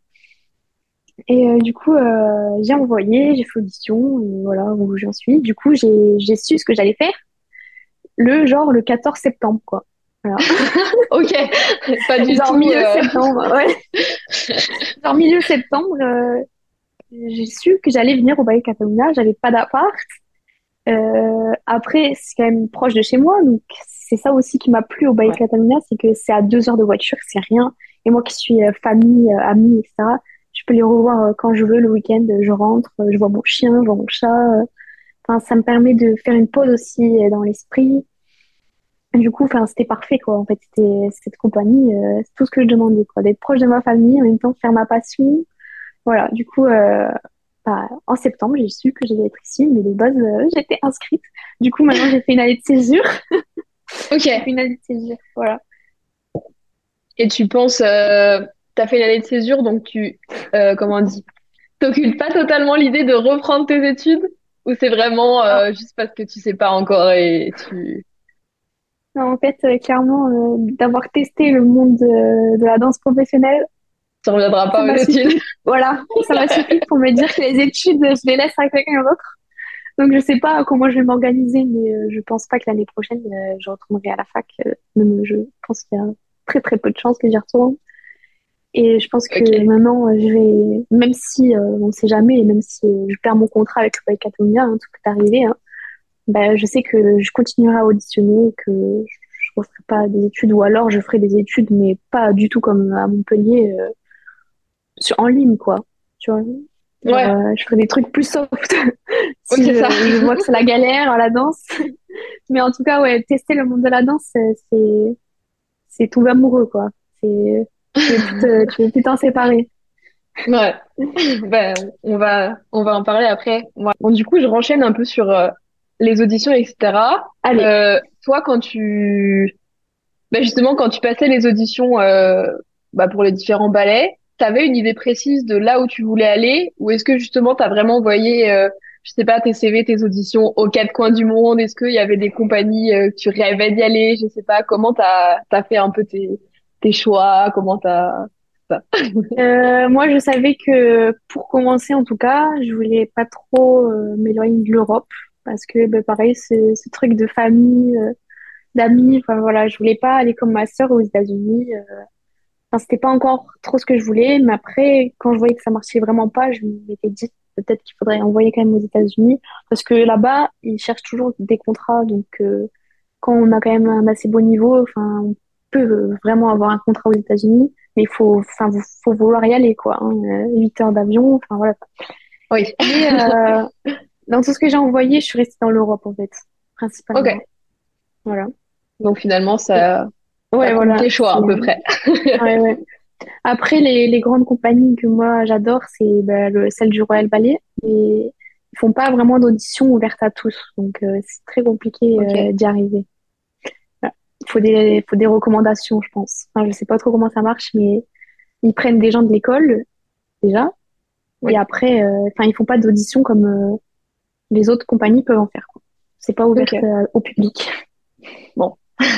Et euh, du coup, euh, j'ai envoyé, j'ai fait audition, et voilà où j'en suis. Du coup, j'ai, j'ai su ce que j'allais faire le genre le quatorze septembre, quoi. Voilà. Ok. Pas du Genre tout. milieu euh, septembre, ouais. Genre milieu septembre, euh, j'ai su que j'allais venir au Ballet Catalunya. J'avais pas d'appart. Euh, après, c'est quand même proche de chez moi, donc c'est ça aussi qui m'a plu au Ballet de Ouais. Catalunya, c'est que c'est à deux heures de voiture, c'est rien. Et moi qui suis euh, famille, euh, amis, et cetera, je peux les revoir euh, quand je veux le week-end. Je rentre, euh, je vois mon chien, je vois mon chat. euh. Enfin, ça me permet de faire une pause aussi euh, dans l'esprit. Du coup, enfin, c'était parfait, quoi. En fait, c'était cette compagnie, euh, c'est tout ce que je demandais, quoi. D'être proche de ma famille, en même temps, de faire ma passion. Voilà, du coup, euh, bah, en septembre, j'ai su que j'allais être ici, mais de base, euh, j'étais inscrite. Du coup, maintenant, j'ai fait une année de césure. Ok. J'ai fait une année de césure, voilà. Et tu penses, euh, t'as fait l'année de césure, donc tu, euh, comment on dit, t'occultes pas totalement l'idée de reprendre tes études, ou c'est vraiment Non, euh, juste parce que tu sais pas encore et tu, non, en fait, euh, clairement, euh, d'avoir testé le monde de, de la danse professionnelle, tu reviendras ça pas aux m'a études. suffi. Voilà, ça m'a suffi pour me dire que les études, je les laisse à quelqu'un d'autre. Donc, je sais pas comment je vais m'organiser, mais euh, je pense pas que l'année prochaine, euh, je retournerai à la fac. Euh, même, je pense qu'il y a très, très peu de chances que j'y retourne. Et je pense que Ok. maintenant, euh, je vais, même si euh, on ne sait jamais, et même si euh, je perds mon contrat avec le Paris Catalunya, hein, tout peut arriver, hein, bah, je sais que je continuerai à auditionner, que je ne referai pas des études, ou alors je ferai des études, mais pas du tout comme à Montpellier, euh, sur, en ligne, quoi. Tu vois, genre, Ouais. euh, je ferai des trucs plus soft Oui, si c'est ça. je, je vois que c'est la galère à la danse. Mais en tout cas, ouais, tester le monde de la danse, euh, c'est, c'est tomber amoureux, quoi. C'est, tu veux plus te- tu veux plus t'en séparer. Ouais. Ben, on va, on va en parler après. Moi, bon, du coup, je renchaîne un peu sur euh, les auditions, et cetera. Allez. Euh, toi, quand tu, ben justement, quand tu passais les auditions euh, bah, pour les différents ballets, t'avais une idée précise de là où tu voulais aller, ou est-ce que justement t'as vraiment envoyé, euh, je sais pas, tes C V, tes auditions aux quatre coins du monde? Est-ce qu'il y avait des compagnies euh, que tu rêvais d'y aller? Je sais pas. Comment t'as, t'as fait un peu tes, tes choix? Comment t'as, ça? Euh, moi, je savais que pour commencer, en tout cas, je voulais pas trop euh, m'éloigner de l'Europe parce que, ben, pareil, ce, ce truc de famille, euh, d'amis, enfin voilà, je voulais pas aller comme ma sœur aux États-Unis. euh. Enfin, c'était pas encore trop ce que je voulais, mais après, quand je voyais que ça marchait vraiment pas, je m'étais dit peut-être qu'il faudrait envoyer quand même aux États-Unis parce que là-bas, ils cherchent toujours des contrats, donc euh, quand on a quand même un assez bon niveau, enfin, on peut euh, vraiment avoir un contrat aux États-Unis, mais il faut, enfin, faut faut vouloir y aller, quoi. Hein, euh, huit heures d'avion, enfin voilà. Oui. Mais euh, dans tout ce que j'ai envoyé, je suis restée dans l'Europe, en fait, principalement. Ok. Voilà. Donc finalement, Et- ça, ça ouais, couvre voilà. tes choix C'est, à peu près. ouais, ouais. Après, les, les grandes compagnies que moi j'adore, c'est bah, le, celle du Royal Ballet, mais ils font pas vraiment d'audition ouverte à tous, donc euh, c'est très compliqué euh, Ok. d'y arriver. Voilà. Il faut des, faut des recommandations, je pense. Enfin, je sais pas trop comment ça marche, mais ils prennent des gens de l'école, déjà, et Oui. après, euh, enfin, ils font pas d'audition comme euh, les autres compagnies peuvent en faire, quoi. C'est pas ouvert Ok. euh, au public. Bon.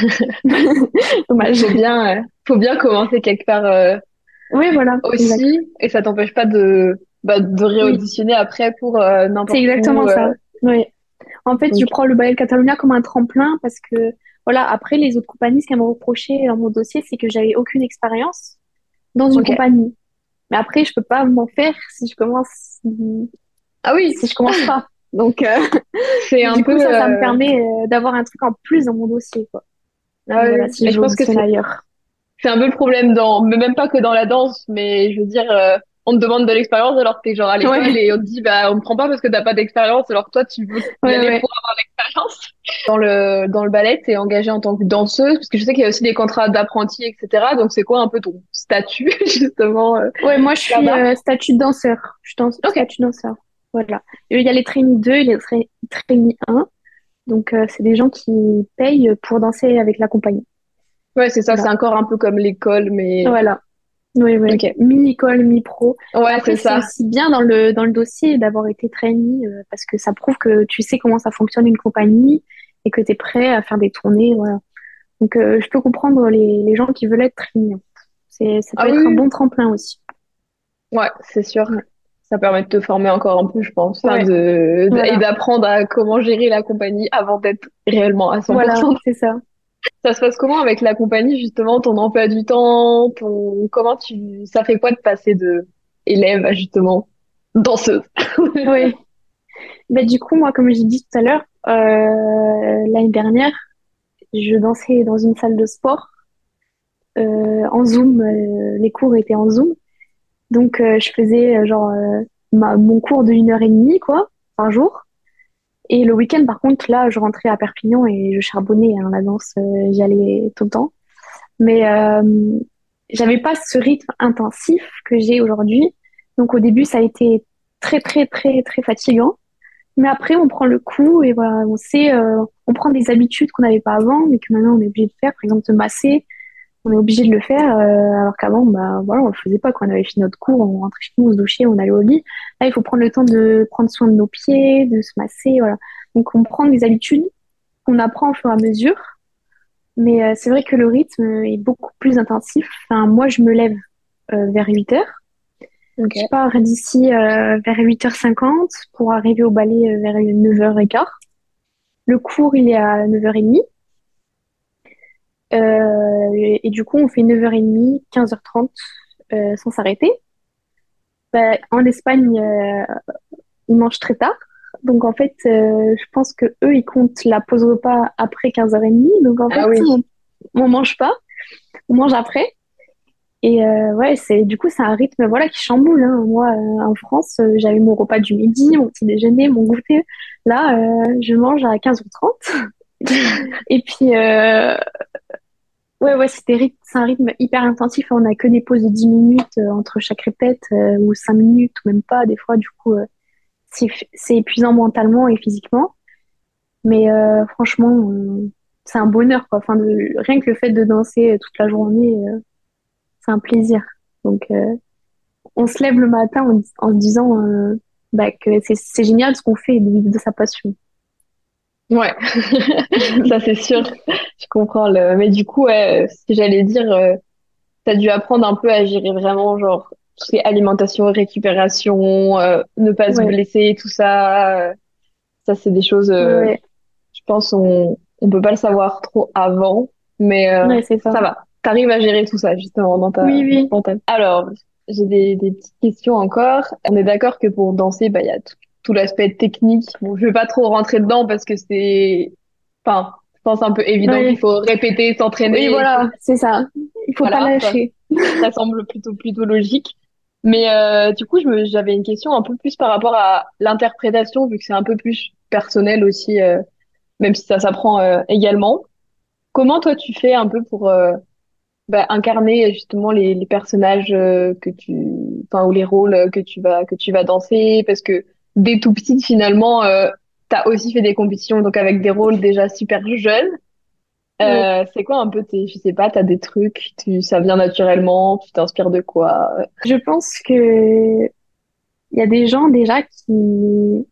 Dommage. Faut bien, euh, faut bien commencer quelque part euh, Oui, voilà, exact. aussi, et ça t'empêche pas de, bah, de Oui, réauditionner après pour euh, c'est n'importe où. exactement ça. euh. Oui. En fait, je Donc, prends le Ballet Catalunya comme un tremplin parce que, voilà, après, les autres compagnies, ce qu'elles m'ont reproché dans mon dossier, c'est que j'avais aucune expérience dans une ok. compagnie. Mais après, je peux pas m'en faire si je commence, Ah oui, si je commence pas. Donc, euh, c'est un du coup, peu. ça, ça me euh, permet euh, d'avoir un truc en plus dans mon dossier, quoi. Ah Donc, voilà, oui, si mais je je veux pense que auditionner c'est ailleurs. c'est un peu le problème dans, mais même pas que dans la danse, mais je veux dire, euh, on te demande de l'expérience alors que t'es genre à l'école Ouais, et on te dit, bah, on me prend pas parce que t'as pas d'expérience alors que toi, tu veux y ouais, aller pour ouais. avoir l'expérience. Dans le, dans le ballet, t'es engagée en tant que danseuse parce que je sais qu'il y a aussi des contrats d'apprenti, et cetera. Donc, c'est quoi un peu ton statut, justement, euh, Ouais, moi, je suis là-bas? euh, statut danseur. Je suis dans, Ok. statut danseur. Voilà. Il y a les trainee deux et les tra- trainee un. Donc, euh, c'est des gens qui payent pour danser avec la compagnie. Ouais, c'est ça, c'est Voilà. encore un peu comme l'école, mais Voilà. Oui, oui. ok. Mi-école, mi-pro. Mais Ouais, après, c'est c'est ça. aussi bien dans le, dans le dossier d'avoir été trainee euh, parce que ça prouve que tu sais comment ça fonctionne une compagnie et que tu es prêt à faire des tournées. Voilà. Donc, euh, je peux comprendre les, les gens qui veulent être trainee. C'est, ça Ah peut être un oui, bon tremplin aussi. ouais, c'est sûr. Ouais. Ça permet de te former encore un peu, je pense, enfin, Ouais. de, de- et Voilà. d'apprendre à comment gérer la compagnie avant d'être réellement à Voilà, cent pour cent. c'est ça. Ça se passe comment avec la compagnie, justement, ton emploi du temps, ton, comment tu, ça fait quoi de passer de élève à justement danseuse? Oui. Bah, du coup, moi, comme j'ai dit tout à l'heure, euh, l'année dernière, je dansais dans une salle de sport euh, en Zoom. Euh, les cours étaient en Zoom. Donc, euh, je faisais euh, genre euh, ma, mon cours de une heure et demie, quoi, par jour. Et le week-end, par contre, là, je rentrais à Perpignan et je charbonnais, hein, la danse, euh, j'y allais tout le temps. Mais euh, j'avais pas ce rythme intensif que j'ai aujourd'hui. Donc, au début, ça a été très, très, très, très fatigant. Mais après, on prend le coup et voilà, on sait, euh, on prend des habitudes qu'on n'avait pas avant, mais que maintenant on est obligé de faire. Par exemple, se masser, on est obligé de le faire, euh, alors qu'avant, bah, voilà, on le faisait pas, quand on avait fini notre cours, on rentrait chez nous, on se douchait, on allait au lit. Là, il faut prendre le temps de prendre soin de nos pieds, de se masser, voilà. Donc, on prend des habitudes qu'on apprend au fur et à mesure. Mais euh, c'est vrai que le rythme est beaucoup plus intensif. Enfin, moi, je me lève euh, vers huit heures. Je Ok. pars d'ici euh, vers huit heures cinquante pour arriver au ballet euh, vers neuf heures quinze. Le cours, il est à neuf heures trente. Euh, et, et du coup, on fait neuf heures trente, quinze heures trente euh, sans s'arrêter. Bah, en Espagne, euh, ils mangent très tard. Donc, en fait, euh, je pense que eux, ils comptent la pause repas après quinze heures trente. Donc, en Ah fait, oui. on, on mange pas, on mange après. Et euh, ouais, c'est du coup, c'est un rythme voilà qui chamboule, hein. Moi, euh, en France, euh, j'avais mon repas du midi, mon petit déjeuner, mon goûter. Là, euh, je mange à quinze heures trente. Et puis, euh, ouais, ouais, c'était ryth- c'est un rythme hyper intensif. On n'a que des pauses de dix minutes euh, entre chaque répète, euh, ou cinq minutes, ou même pas. Des fois, du coup, euh, c'est, c'est épuisant mentalement et physiquement. Mais euh, franchement, euh, c'est un bonheur, quoi. Enfin, de, rien que le fait de danser euh, toute la journée, euh, c'est un plaisir. Donc, euh, on se lève le matin en, en se disant euh, bah, que c'est, c'est génial ce qu'on fait de vivre de sa passion. Ouais, ça c'est sûr. Je comprends le, mais du coup, ouais, ce que j'allais dire, euh, t'as dû apprendre un peu à gérer vraiment, genre, tout ce qui est alimentation, récupération, euh, ne pas se Ouais, blesser, tout ça. euh, ça, c'est des choses, ouais, euh, ouais, je pense, on, on peut pas le savoir trop avant, mais euh, ouais, c'est ça. ça va. T'arrives à gérer tout ça, justement, dans ta, Oui, oui, dans ta... Alors, j'ai des, des petites questions encore. On est d'accord que pour danser, bah, il y a tout, tout l'aspect technique. Bon, je vais pas trop rentrer dedans parce que c'est, enfin, je pense un peu évident qu'il ouais. faut répéter, Oui, s'entraîner, il faut, voilà, c'est ça. Il faut pas voilà, ça, lâcher. ça semble plutôt, plutôt logique. Mais euh, du coup, je me, j'avais une question un peu plus par rapport à l'interprétation, vu que c'est un peu plus personnel aussi, euh, même si ça s'apprend euh, également. Comment toi tu fais un peu pour euh, bah, incarner justement les, les personnages euh, que tu, enfin ou les rôles euh, que tu vas que tu vas danser, parce que dès tout petite finalement, euh, t'as aussi fait des compétitions donc avec des rôles déjà super jeunes. Oui. Euh, c'est quoi un peu tes, je sais pas, t'as des trucs, tu, ça vient naturellement, tu t'inspires de quoi? Je pense que il y a des gens déjà qui,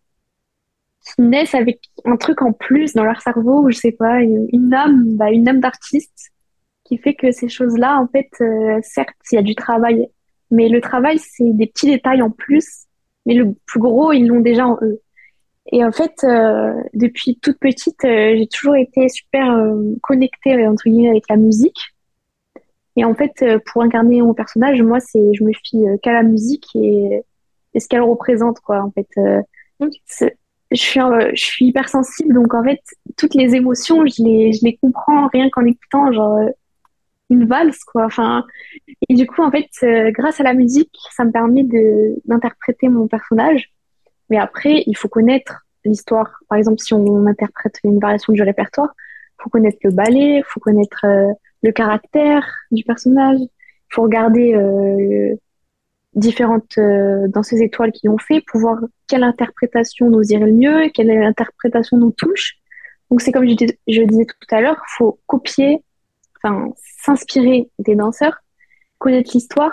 qui naissent avec un truc en plus dans leur cerveau, ou je sais pas, une, une âme, bah, une âme d'artiste qui fait que ces choses-là, en fait, euh, certes, il y a du travail, mais le travail, c'est des petits détails en plus, mais le plus gros, ils l'ont déjà en eux. Et en fait, euh, depuis toute petite, euh, j'ai toujours été super euh, connectée, euh, entre guillemets, avec la musique. Et en fait, euh, pour incarner mon personnage, moi, c'est, je me fie euh, qu'à la musique et, et ce qu'elle représente, quoi. En fait, euh, Ok. c'est- je suis, euh, je suis hypersensible, donc en fait, toutes les émotions, je les, je les comprends rien qu'en écoutant. Genre, euh, une valse, quoi. Enfin, et du coup, en fait, euh, grâce à la musique, ça me permet de d'interpréter mon personnage. Mais après, il faut connaître l'histoire. Par exemple, si on interprète une variation du répertoire, il faut connaître le ballet, il faut connaître euh, le caractère du personnage. Il faut regarder euh, différentes euh, danseuses étoiles qui ont fait pour voir quelle interprétation nous irait le mieux, quelle interprétation nous touche. Donc c'est comme je, dis- je disais tout à l'heure, il faut copier, enfin s'inspirer des danseurs, connaître l'histoire,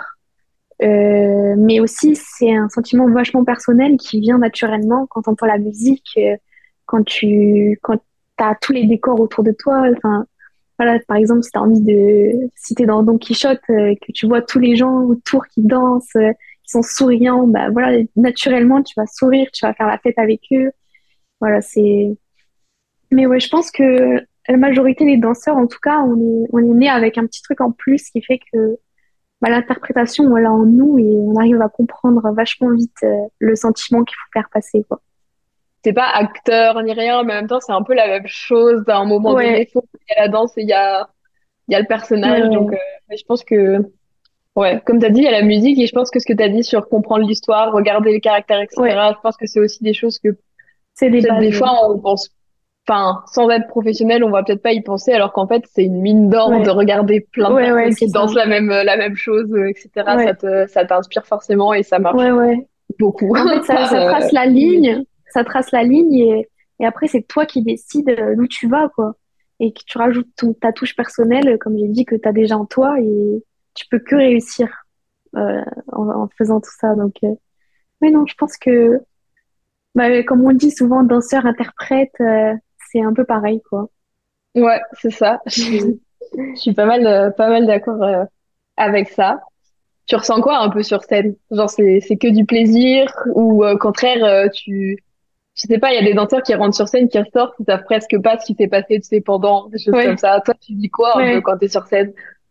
euh, mais aussi c'est un sentiment vachement personnel qui vient naturellement quand tu entends la musique, euh, quand tu quand as tous les décors autour de toi. Enfin voilà, par exemple, si t'as envie de, si t'es dans Don Quichotte, euh, que tu vois tous les gens autour qui dansent, euh, qui sont souriants, bah voilà, naturellement, tu vas sourire, tu vas faire la fête avec eux. Voilà, c'est. Mais ouais, je pense que la majorité des danseurs, en tout cas, on est, on est né avec un petit truc en plus qui fait que bah, l'interprétation, on l'a en nous et on arrive à comprendre vachement vite euh, le sentiment qu'il faut faire passer, quoi. C'est pas acteur ni rien, mais en même temps, c'est un peu la même chose. À un moment donné, Ouais, faut il y a la danse et il y a, il y a le ouais, personnage. Donc, ouais, euh, mais je pense que, ouais, comme tu as dit, il y a la musique et je pense que ce que tu as dit sur comprendre l'histoire, regarder les caractères, ouais, et cetera, je pense que c'est aussi des choses que c'est des peut-être bases, des ouais. fois on pense, enfin, sans être professionnel, on va peut-être pas y penser, alors qu'en fait, c'est une mine d'or de Ouais, regarder plein de ouais, ouais, personnes c'est qui ça. dansent la même, la même chose, euh, et cetera. Ça Ouais, te, ça t'inspire forcément et ça ouais, marche ouais. beaucoup En fait, ça, par, ça euh, trace la ligne, ça trace la ligne et, et après, c'est toi qui décides euh, d'où tu vas, quoi. Et que tu rajoutes ton, ta touche personnelle, euh, comme j'ai dit, que tu as déjà en toi et tu peux que réussir euh, en, en faisant tout ça. Donc, euh, mais non, je pense que, bah, comme on dit souvent, danseur, interprète, euh, c'est un peu pareil, quoi. ouais, c'est ça. Je suis, je suis pas mal, euh, pas mal d'accord, euh, avec ça. Tu ressens quoi un peu sur scène? Genre, c'est, c'est que du plaisir ou euh, au contraire, euh, tu, je sais pas, il y a des danseurs qui rentrent sur scène, qui ressortent, ils savent presque pas ce qui s'est passé, tu sais, pendant, des choses comme Ouais, ça. Toi, tu dis quoi un peu ouais, quand t'es sur scène?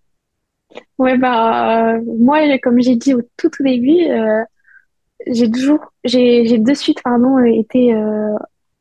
ouais, bah, euh, moi, comme j'ai dit au tout, tout début, euh, j'ai toujours, j'ai, j'ai de suite, pardon, été euh,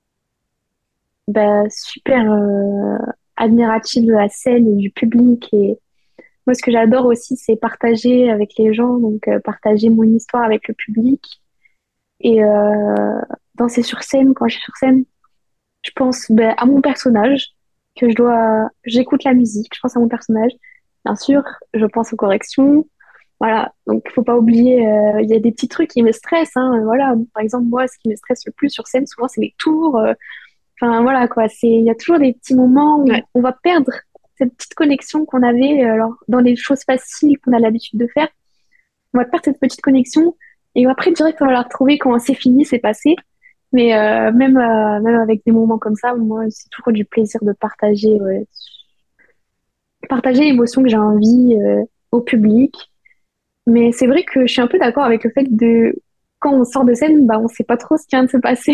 bah, super euh, admirative de la scène et du public. Et moi, ce que j'adore aussi, c'est partager avec les gens, donc euh, partager mon histoire avec le public. Et euh, danser sur scène, quand je suis sur scène, je pense ben, à mon personnage, que je dois, j'écoute la musique, je pense à mon personnage. Bien sûr, je pense aux corrections. Voilà, donc il faut pas oublier, euh, il y a des petits trucs qui me stressent. Hein, voilà, par exemple, moi, ce qui me stresse le plus sur scène, souvent, c'est les tours. euh, Enfin, voilà, quoi. C'est, il y a toujours des petits moments où Ouais. on va perdre cette petite connexion qu'on avait, euh, alors, dans les choses faciles qu'on a l'habitude de faire. On va perdre cette petite connexion et après, direct, on va la retrouver quand c'est fini, c'est passé. Mais euh, même, euh, même avec des moments comme ça, moi, c'est toujours du plaisir de partager, ouais, partager l'émotion que j'ai envie euh, au public. Mais c'est vrai que je suis un peu d'accord avec le fait de, quand on sort de scène, bah, on sait pas trop ce qui vient de se passer.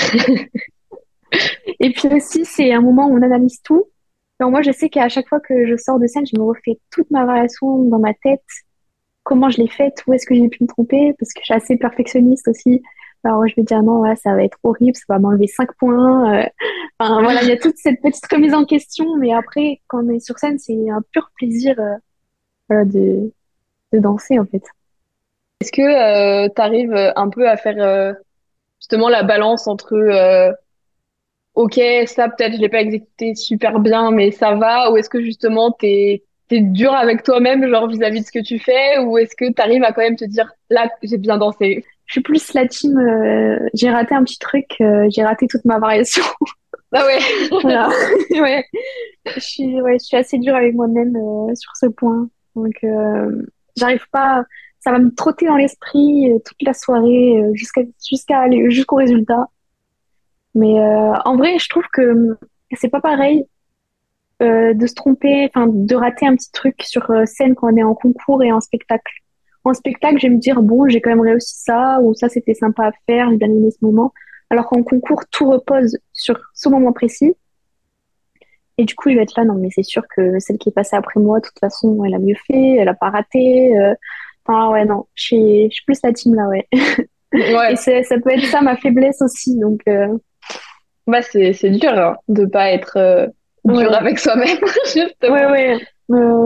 Et puis aussi, c'est un moment où on analyse tout. Donc moi, je sais qu'à chaque fois que je sors de scène, je me refais toute ma variation dans ma tête, comment je l'ai faite, où est-ce que j'ai pu me tromper, parce que je suis assez perfectionniste aussi. Alors je me dis, ah non, ouais, ça va être horrible, ça va m'enlever cinq points. euh. Enfin voilà, il y a toute cette petite remise en question, mais après, quand on est sur scène, c'est un pur plaisir euh, voilà, de, de danser en fait. Est-ce que euh, tu arrives un peu à faire euh, justement la balance entre euh, ok, ça peut-être je l'ai pas exécuté super bien, mais ça va, ou est-ce que justement t'es t'es dur avec toi-même, genre vis-à-vis de ce que tu fais, ou est-ce que t'arrives à quand même te dire là j'ai bien dansé? Je suis plus la team, euh, j'ai raté un petit truc, euh, j'ai raté toute ma variation. Ah ouais. Voilà, ouais. Je suis, ouais, je suis assez dure avec moi-même euh, sur ce point. Donc, euh, j'arrive pas. Ça va me trotter dans l'esprit euh, toute la soirée euh, jusqu'à jusqu'à aller jusqu'au résultat. Mais euh, en vrai, je trouve que hum, c'est pas pareil euh, de se tromper, enfin de rater un petit truc sur euh, scène quand on est en concours et en spectacle. En spectacle, je vais me dire bon, j'ai quand même réussi ça ou ça c'était sympa à faire, j'ai bien aimé ce moment. Alors qu'en concours, tout repose sur ce moment précis. Et du coup, je vais être là, non, mais c'est sûr que celle qui est passée après moi, de toute façon, elle a mieux fait, elle a pas raté. euh. Enfin, ouais, non, je suis, je suis plus la team là, ouais. Et Ouais, c'est, ça peut être ça ma faiblesse aussi, donc euh, bah c'est c'est dur hein, de pas être euh, dur ouais, avec soi-même ouais, justement. ouais, ouais, ouais.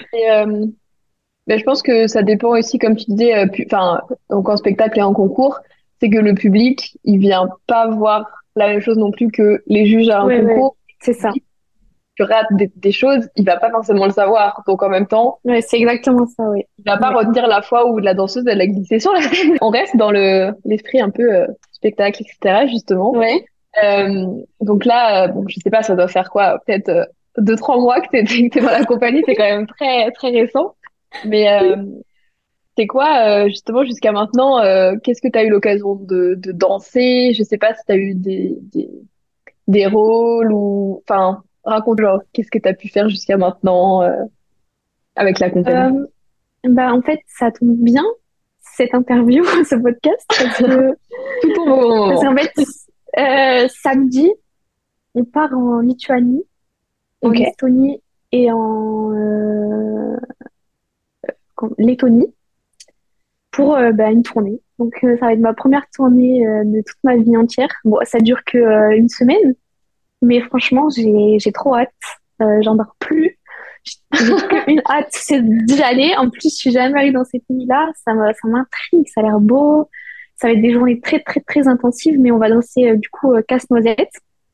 Et, euh, ben, je pense que ça dépend aussi, comme tu disais, euh, pu- enfin, donc en spectacle et en concours, c'est que le public, il vient pas voir la même chose non plus que les juges à un Ouais, ouais, concours. c'est Le ça. public, tu rates des, des choses, il va pas forcément le savoir. Donc en même temps, Ouais, c'est exactement ça, oui. il va pas Ouais. retenir la fois où la danseuse, elle a glissé sur la scène. On reste dans le l'esprit un peu euh, spectacle, et cetera, justement. Ouais. Euh, donc là, euh, bon, je sais pas, ça doit faire quoi, peut-être euh, deux, trois mois que t'es, que t'es dans la compagnie, c'est quand même très, très récent. Mais euh, c'est quoi, euh, justement, jusqu'à maintenant, euh, qu'est-ce que tu as eu l'occasion de, de danser? Je sais pas si tu as eu des, des, des rôles ou... Enfin, raconte, genre, qu'est-ce que tu as pu faire jusqu'à maintenant euh, avec la compagnie? Euh, Bah, en fait, ça tombe bien, cette interview, ce podcast, parce que, Tout au bon parce moment. qu'en fait, euh, samedi, on part en Lituanie, en Ok. Estonie et en euh, qu'en- Lettonie pour euh, bah, une tournée. Donc, euh, ça va être ma première tournée euh, de toute ma vie entière. Bon, ça dure que euh, une semaine, mais franchement, j'ai j'ai trop hâte. Euh, j'en dors plus. J'ai qu'une hâte, c'est d'y aller. En plus, je suis jamais allée dans ces pays-là. Ça me, ça m'intrigue, ça a l'air beau. Ça va être des journées très, très, très intensives, mais on va danser euh, du coup euh, casse-noisette.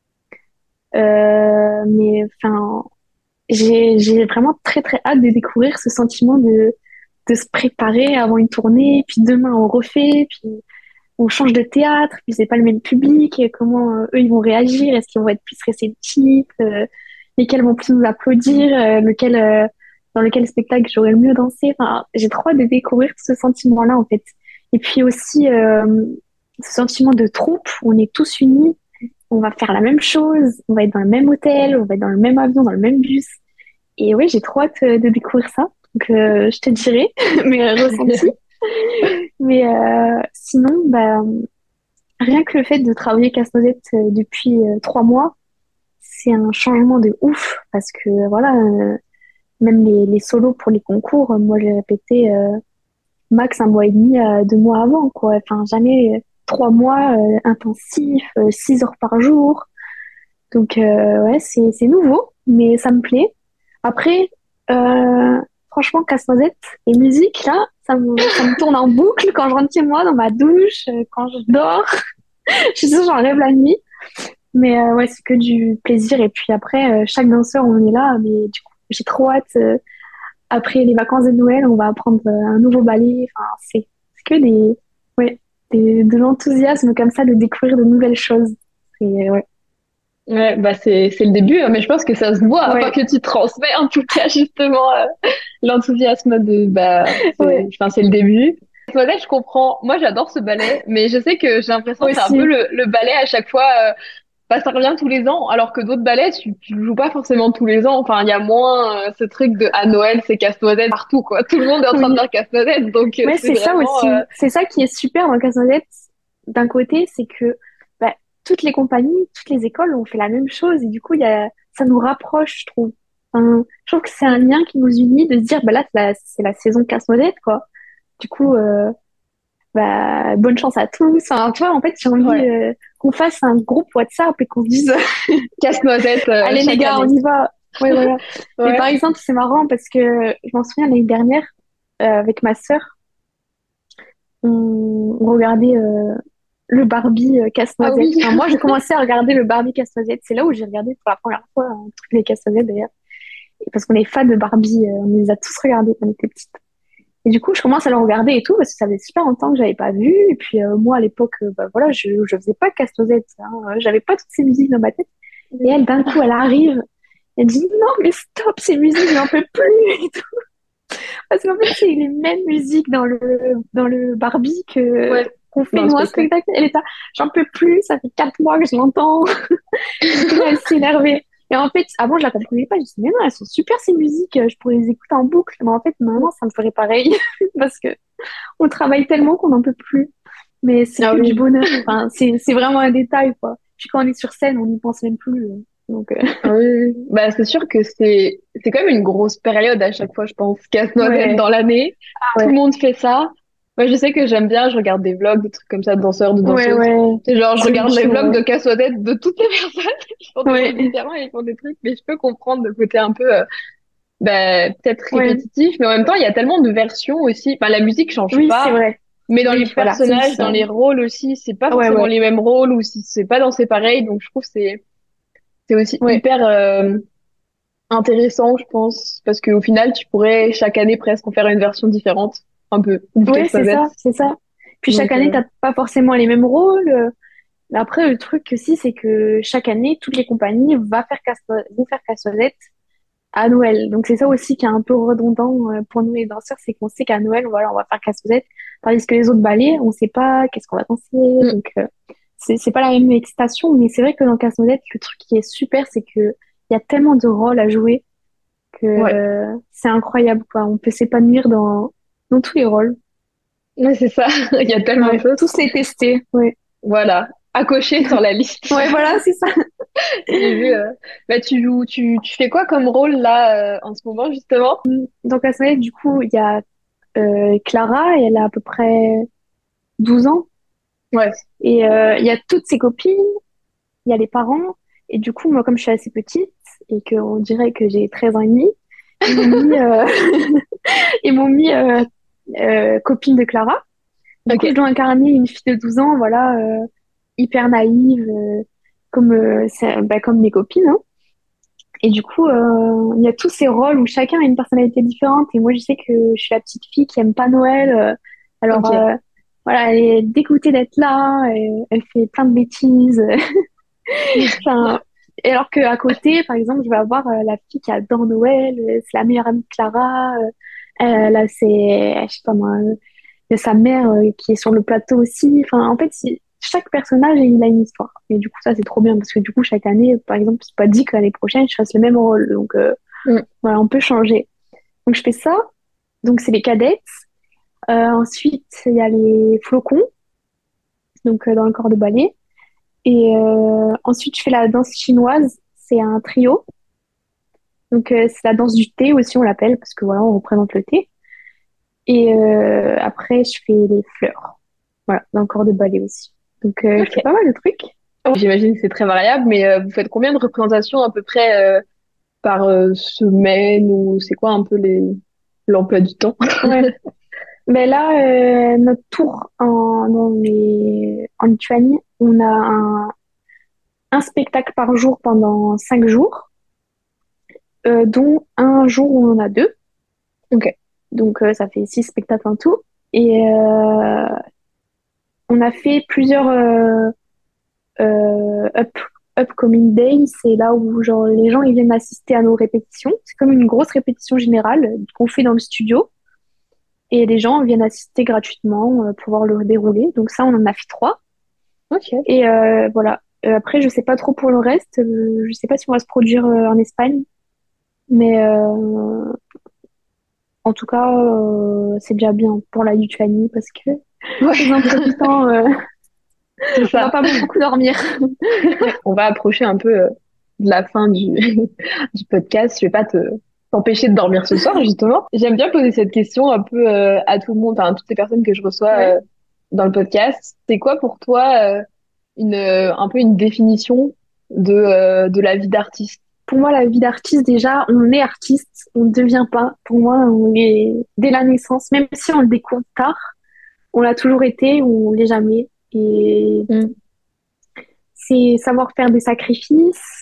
Euh, mais enfin, j'ai, j'ai vraiment très, très hâte de découvrir ce sentiment de, de se préparer avant une tournée. Puis demain, on refait. Puis on change de théâtre. Puis c'est pas le même public. Et comment euh, eux, ils vont réagir? Est-ce qu'ils vont être plus réceptifs? Euh, lesquels vont plus nous applaudir? Euh, lequel, euh, dans lequel spectacle j'aurais le mieux dansé? Enfin, j'ai trop hâte de découvrir ce sentiment-là, en fait. Et puis aussi, euh, ce sentiment de troupe, où on est tous unis, on va faire la même chose, on va être dans le même hôtel, on va être dans le même avion, dans le même bus. Et ouais, j'ai trop hâte euh, de découvrir ça. Donc, euh, je te dirai mes ressentis. Mais euh, sinon, bah, rien que le fait de travailler Casse-Noisette euh, depuis euh, trois mois, c'est un changement de ouf parce que voilà, euh, même les, les solos pour les concours, euh, moi j'ai répété euh, max un mois et demi à deux mois avant, quoi. Enfin, jamais euh, trois mois euh, intensifs, euh, six heures par jour. Donc, euh, ouais, c'est, c'est nouveau, mais ça me plaît. Après, euh, franchement, Casse-Noisette et musique, là, ça me, ça me tourne en boucle quand je rentre chez moi, dans ma douche, euh, quand je dors. Je suis sûre, j'en rêve la nuit. Mais euh, ouais, c'est que du plaisir. Et puis après, euh, chaque danseur, on est là. Mais du coup, j'ai trop hâte. euh, après les vacances de Noël, on va apprendre euh, un nouveau ballet. Enfin, c'est c'est que des, ouais, des, de l'enthousiasme comme ça de découvrir de nouvelles choses. Et ouais, Ouais, bah c'est c'est le début, hein, mais je pense que ça se voit, enfin ouais, que tu transmets en tout cas justement euh, l'enthousiasme de bah c'est ouais, enfin c'est le début. Moi je comprends. Moi j'adore ce ballet, mais je sais que j'ai l'impression moi que c'est un peu aussi. le, le ballet à chaque fois. euh, Bah, ça revient tous les ans, alors que d'autres ballets, tu, tu joues pas forcément tous les ans. Enfin, il y a moins euh, ce truc de à Noël, c'est casse-noisette partout, quoi. Tout le monde est en train de Oui, faire casse-noisette, donc euh, ouais, c'est c'est ça vraiment. euh, aussi. C'est ça qui est super dans Casse-Noisette. D'un côté, c'est que bah, toutes les compagnies, toutes les écoles ont fait la même chose. Et du coup, il y a, ça nous rapproche, je trouve. Enfin, je trouve que c'est un lien qui nous unit de se dire, bah là, c'est la, c'est la saison Casse-Noisette, quoi. Du coup, euh, bah, bonne chance à tous. Enfin, tu vois, en fait, j'ai envie Ouais, euh, qu'on fasse un groupe WhatsApp et qu'on se dise, casse-noisette euh, allez les chaque gars, on année. y va. Ouais, voilà. Mais par Ouais. exemple, c'est marrant parce que je m'en souviens l'année dernière, euh, avec ma sœur, on, on regardait euh, le Barbie euh, Ah Casse-Noisette. oui. Enfin, moi, j'ai commencé à regarder le Barbie Casse-Noisette. C'est là où j'ai regardé pour la première fois hein, toutes les Casse-Noisette d'ailleurs. Et parce qu'on est fans de Barbie, euh, on les a tous regardés quand on était petites. Et du coup, je commence à le regarder et tout, parce que ça faisait super longtemps que j'avais pas vu. Et puis, euh, moi, à l'époque, euh, bah, voilà, je, je faisais pas Casse-Noisette, hein. J'avais pas toutes ces musiques dans ma tête. Et elle, d'un coup, elle arrive. Elle dit, non, mais stop, ces musiques, j'en peux plus. Et tout. Parce qu'en fait, c'est les mêmes musiques dans le, dans le Barbie que, Ouais, qu'on dans fait le nous un spectacle. spectacle. Elle est là, j'en peux plus, ça fait quatre mois que je l'entends. Du coup, là, elle s'est énervée. Et en fait, avant, je la comprenais pas. Je disais, mais non, elles sont super ces musiques, je pourrais les écouter en boucle. Mais en fait, maintenant, ça me ferait pareil. Parce que on travaille tellement qu'on n'en peut plus. Mais c'est Ah que du oui. bonheur. Enfin, c'est, c'est vraiment un détail, quoi. Puis quand on est sur scène, on n'y pense même plus. euh. Donc, euh, Ah oui, oui. Bah, c'est sûr que c'est c'est quand même une grosse période à chaque fois, je pense, casse-noisette ouais, dans l'année. ah Tout le ouais, monde fait ça. Moi, je sais que j'aime bien, je regarde des vlogs, des trucs comme ça de danseurs, de ouais, danseuses. ouais. C'est genre, je Sur regarde les YouTube, vlogs ouais. de casse-noisette de toutes les personnes. Ils font des trucs Ouais, différents, ils font des trucs, mais je peux comprendre le côté un peu, euh, bah, peut-être Ouais. répétitif, mais en même temps, il y a tellement de versions aussi. Enfin, la musique change Oui, c'est pas, vrai. mais dans les Oui, voilà, c'est personnages, ça. dans les rôles aussi, c'est pas Ouais, forcément ouais, les mêmes rôles ou si c'est pas dansé pareil. Donc, je trouve que c'est c'est aussi ouais. hyper euh, intéressant, je pense, parce qu'au final, tu pourrais chaque année presque en faire une version différente, un peu, ou Ouais, c'est casse-noisette. ça, c'est ça. Puis chaque Donc, année, euh, t'as pas forcément les mêmes rôles. euh, Mais après, le truc aussi, c'est que chaque année, toutes les compagnies vont faire casse vont faire casse-noisette à Noël. Donc c'est ça aussi qui est un peu redondant euh, pour nous les danseurs, c'est qu'on sait qu'à Noël, voilà, on va faire casse-noisette, tandis que les autres ballets, on sait pas qu'est-ce qu'on va danser. mm, Donc euh, c'est c'est pas la même excitation, mais c'est vrai que dans casse-noisette, le truc qui est super, c'est que il y a tellement de rôles à jouer que ouais, euh, c'est incroyable, quoi. On peut s'épanouir dans dans tous les rôles. ouais, c'est ça. Il y a tellement de Ouais, choses. tous les tester. Ouais, Voilà, à cocher sur la liste. ouais, voilà, c'est ça. J'ai vu. euh, Bah, tu joues, tu, tu fais quoi comme rôle là euh, en ce moment justement? Dans casse-noisette, du coup, il y a euh, Clara, et elle a à peu près douze ans. Ouais. Et euh, il y a toutes ses copines, il y a les parents. Et du coup, moi, comme je suis assez petite et qu'on dirait que j'ai treize ans et demi, ils m'ont mis, euh, ils m'ont mis euh, euh, copine de Clara. Du Ok. coup, je dois incarner une fille de douze ans, voilà, euh, hyper naïve, euh, comme, euh, c'est- bah, comme mes copines, hein. Et du coup, euh, il y a tous ces rôles où chacun a une personnalité différente. Et moi, je sais que je suis la petite fille qui aime pas Noël. euh, alors, Ok. euh, voilà, elle est dégoûtée d'être là. Et elle fait plein de bêtises. Enfin, et alors qu'à côté, par exemple, je vais avoir euh, la fille qui adore Noël. euh, C'est la meilleure amie de Clara. euh, elle a ses, je sais pas moi, euh, il y a sa mère euh, qui est sur le plateau aussi. Enfin, en fait, si- chaque personnage, il a une histoire. Et du coup, ça, c'est trop bien parce que du coup, chaque année, par exemple, c'est pas dit que l'année prochaine, je fasse le même rôle. Donc, euh, Mm. voilà, on peut changer. Donc, je fais ça. Donc, c'est les cadettes. Euh, ensuite, il y a les flocons, donc euh, dans le corps de ballet. Et euh, ensuite, je fais la danse chinoise. C'est un trio. Donc, euh, c'est la danse du thé aussi, on l'appelle, parce que voilà, on représente le thé. Et euh, après, je fais les fleurs. Voilà, dans le corps de ballet aussi. Donc, euh, je fais Ok. pas mal de trucs. Ouais, j'imagine que c'est très variable, mais euh, vous faites combien de représentations à peu près euh, par euh, semaine ou c'est quoi un peu les l'emploi du temps? Ouais. Mais là, euh, notre tour en, dans les- en Lituanie, on a un, un spectacle par jour pendant cinq jours, euh, dont un jour où on en a deux. Ok. Donc, euh, ça fait six spectacles en tout. Et euh, on a fait plusieurs euh, euh, up, upcoming days. C'est là où genre, les gens ils viennent assister à nos répétitions. C'est comme une grosse répétition générale qu'on fait dans le studio. Et les gens viennent assister gratuitement euh, pour voir le dérouler. Donc ça, on en a fait trois. Ok. Et euh, voilà. Euh, après, je sais pas trop pour le reste. Euh, je sais pas si on va se produire euh, en Espagne. Mais euh, en tout cas, euh, c'est déjà bien pour la Lituanie parce que les Ouais, emplois du temps, euh, c'est on va ça. pas beaucoup dormir. On va approcher un peu euh, de la fin du, du podcast. Je vais pas te t'empêcher de dormir ce soir, justement. J'aime bien poser cette question un peu euh, à tout le monde, enfin, à toutes les personnes que je reçois Ouais. euh, dans le podcast. C'est quoi pour toi euh, une euh, un peu une définition de euh, de la vie d'artiste? Pour moi, la vie d'artiste, déjà, on est artiste, on ne devient pas. Pour moi, on est dès la naissance, même si on le découvre tard, on l'a toujours été ou on l'est jamais. Et Mm. c'est savoir faire des sacrifices,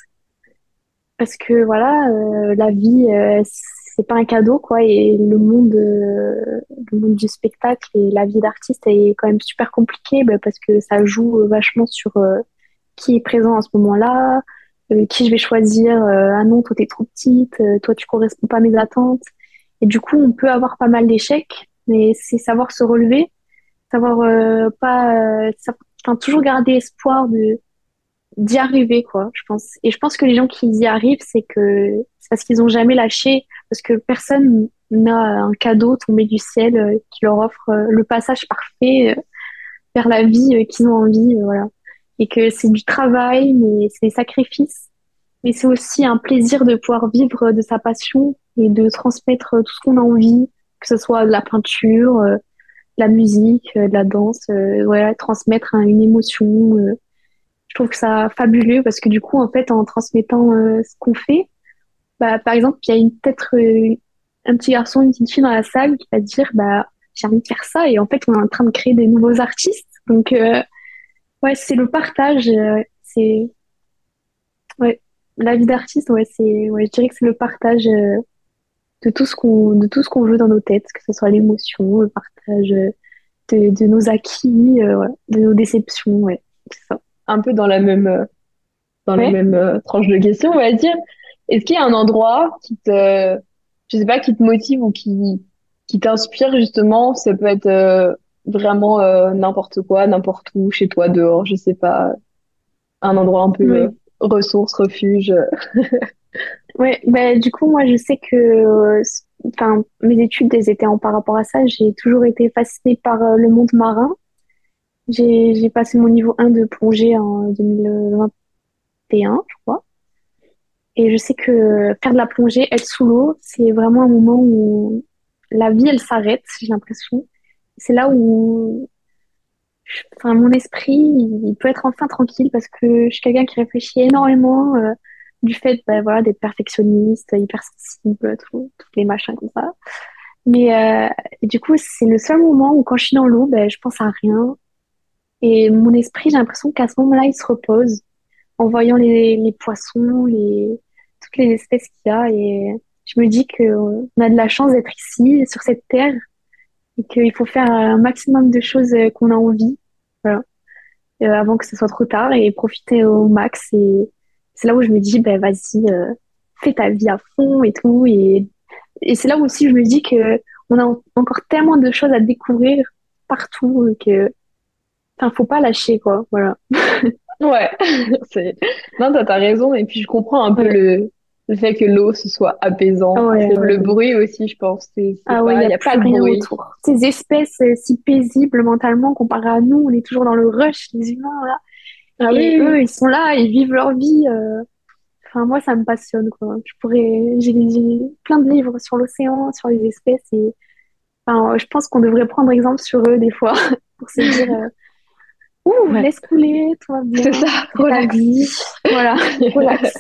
parce que voilà, euh, la vie, euh, c'est pas un cadeau, quoi. Et le monde, euh, le monde du spectacle et la vie d'artiste est quand même super compliqué, bah, parce que ça joue vachement sur euh, qui est présent à ce moment-là, euh, qui je vais choisir. Euh, ah non, toi t'es trop petite, euh, toi tu corresponds pas à mes attentes. Et du coup, on peut avoir pas mal d'échecs, mais c'est savoir se relever, savoir euh, pas, euh, sa- enfin, toujours garder espoir de d'y arriver, quoi, je pense. Et je pense que les gens qui y arrivent, c'est que c'est parce qu'ils ont jamais lâché, parce que personne n'a un cadeau tombé du ciel euh, qui leur offre euh, le passage parfait euh, vers la vie euh, qu'ils ont envie, euh, voilà. Et que c'est du travail, mais c'est des sacrifices, mais c'est aussi un plaisir de pouvoir vivre de sa passion et de transmettre euh, tout ce qu'on a envie, que ce soit de la peinture, euh, de la musique, euh, de la danse, euh, voilà, transmettre hein, une émotion. euh, je trouve que ça fabuleux parce que du coup, en fait, en transmettant euh, ce qu'on fait, bah, par exemple, il y a une peut-être euh, un petit garçon, une petite fille dans la salle qui va dire, bah, j'ai envie de faire ça. Et en fait, on est en train de créer des nouveaux artistes. Donc, euh, ouais, c'est le partage. euh, c'est, ouais, la vie d'artiste, ouais, c'est, ouais, je dirais que c'est le partage euh, de tout ce qu'on, de tout ce qu'on veut dans nos têtes, que ce soit l'émotion, le partage euh, de, de nos acquis, euh, ouais, de nos déceptions, ouais, c'est ça. Un peu dans la même, euh, dans la Ouais, même euh, tranche de questions, on va dire. Est-ce qu'il y a un endroit qui te, je sais pas, qui te motive ou qui, qui t'inspire justement? Ça peut être euh, vraiment euh, n'importe quoi, n'importe où, chez toi, dehors, je sais pas, un endroit un peu euh, ouais. ressource, refuge. Ouais, bah, du coup, moi, je sais que, euh, c- enfin, mes études, elles étaient en par rapport à ça. J'ai toujours été fascinée par euh, le monde marin. J'ai, j'ai passé mon niveau un de plongée en deux mille vingt et un, je crois. Et je sais que faire de la plongée, être sous l'eau, c'est vraiment un moment où la vie, elle s'arrête, j'ai l'impression. C'est là où, enfin, mon esprit, il peut être enfin tranquille parce que je suis quelqu'un qui réfléchit énormément, euh, du fait, bah, voilà, d'être perfectionniste, hypersensible, tout, tous les machins comme ça. Mais euh, et du coup, c'est le seul moment où quand je suis dans l'eau, ben, je pense à rien. Et mon esprit, j'ai l'impression qu'à ce moment-là, il se repose en voyant les, les poissons, les, toutes les espèces qu'il y a. Et je me dis que euh, on a de la chance d'être ici, sur cette terre, et qu'il faut faire un maximum de choses euh, qu'on a envie, voilà, euh, avant que ce soit trop tard, et profiter au max. Et c'est là où je me dis, ben vas-y, euh, fais ta vie à fond et tout. Et et c'est là aussi je me dis que on a en- encore tellement de choses à découvrir partout que, enfin, faut pas lâcher, quoi. Voilà. Ouais, c'est, non, t'as, t'as raison. Et puis, je comprends un peu Ouais. le, le fait que l'eau, ce soit Ah apaisant. ouais, C'est ouais, le ouais. bruit aussi, je pense. C'est, c'est Ah ouais, il pas, y il a y a pas plus de rien bruit. autour. Ces espèces euh, si paisibles mentalement comparées à nous, on est toujours dans le rush, les humains, là. Ah oui, Et oui, eux, oui. ils sont là, ils vivent leur vie. euh. Enfin, moi, ça me passionne, quoi. Je pourrais, j'ai j'ai plein de livres sur l'océan, sur les espèces et, enfin, je pense qu'on devrait prendre exemple sur eux des fois pour se dire, euh, ouh, Ouais, laisse couler, tout va c'est bien, ça, fais ta relax. vie. Voilà, relax.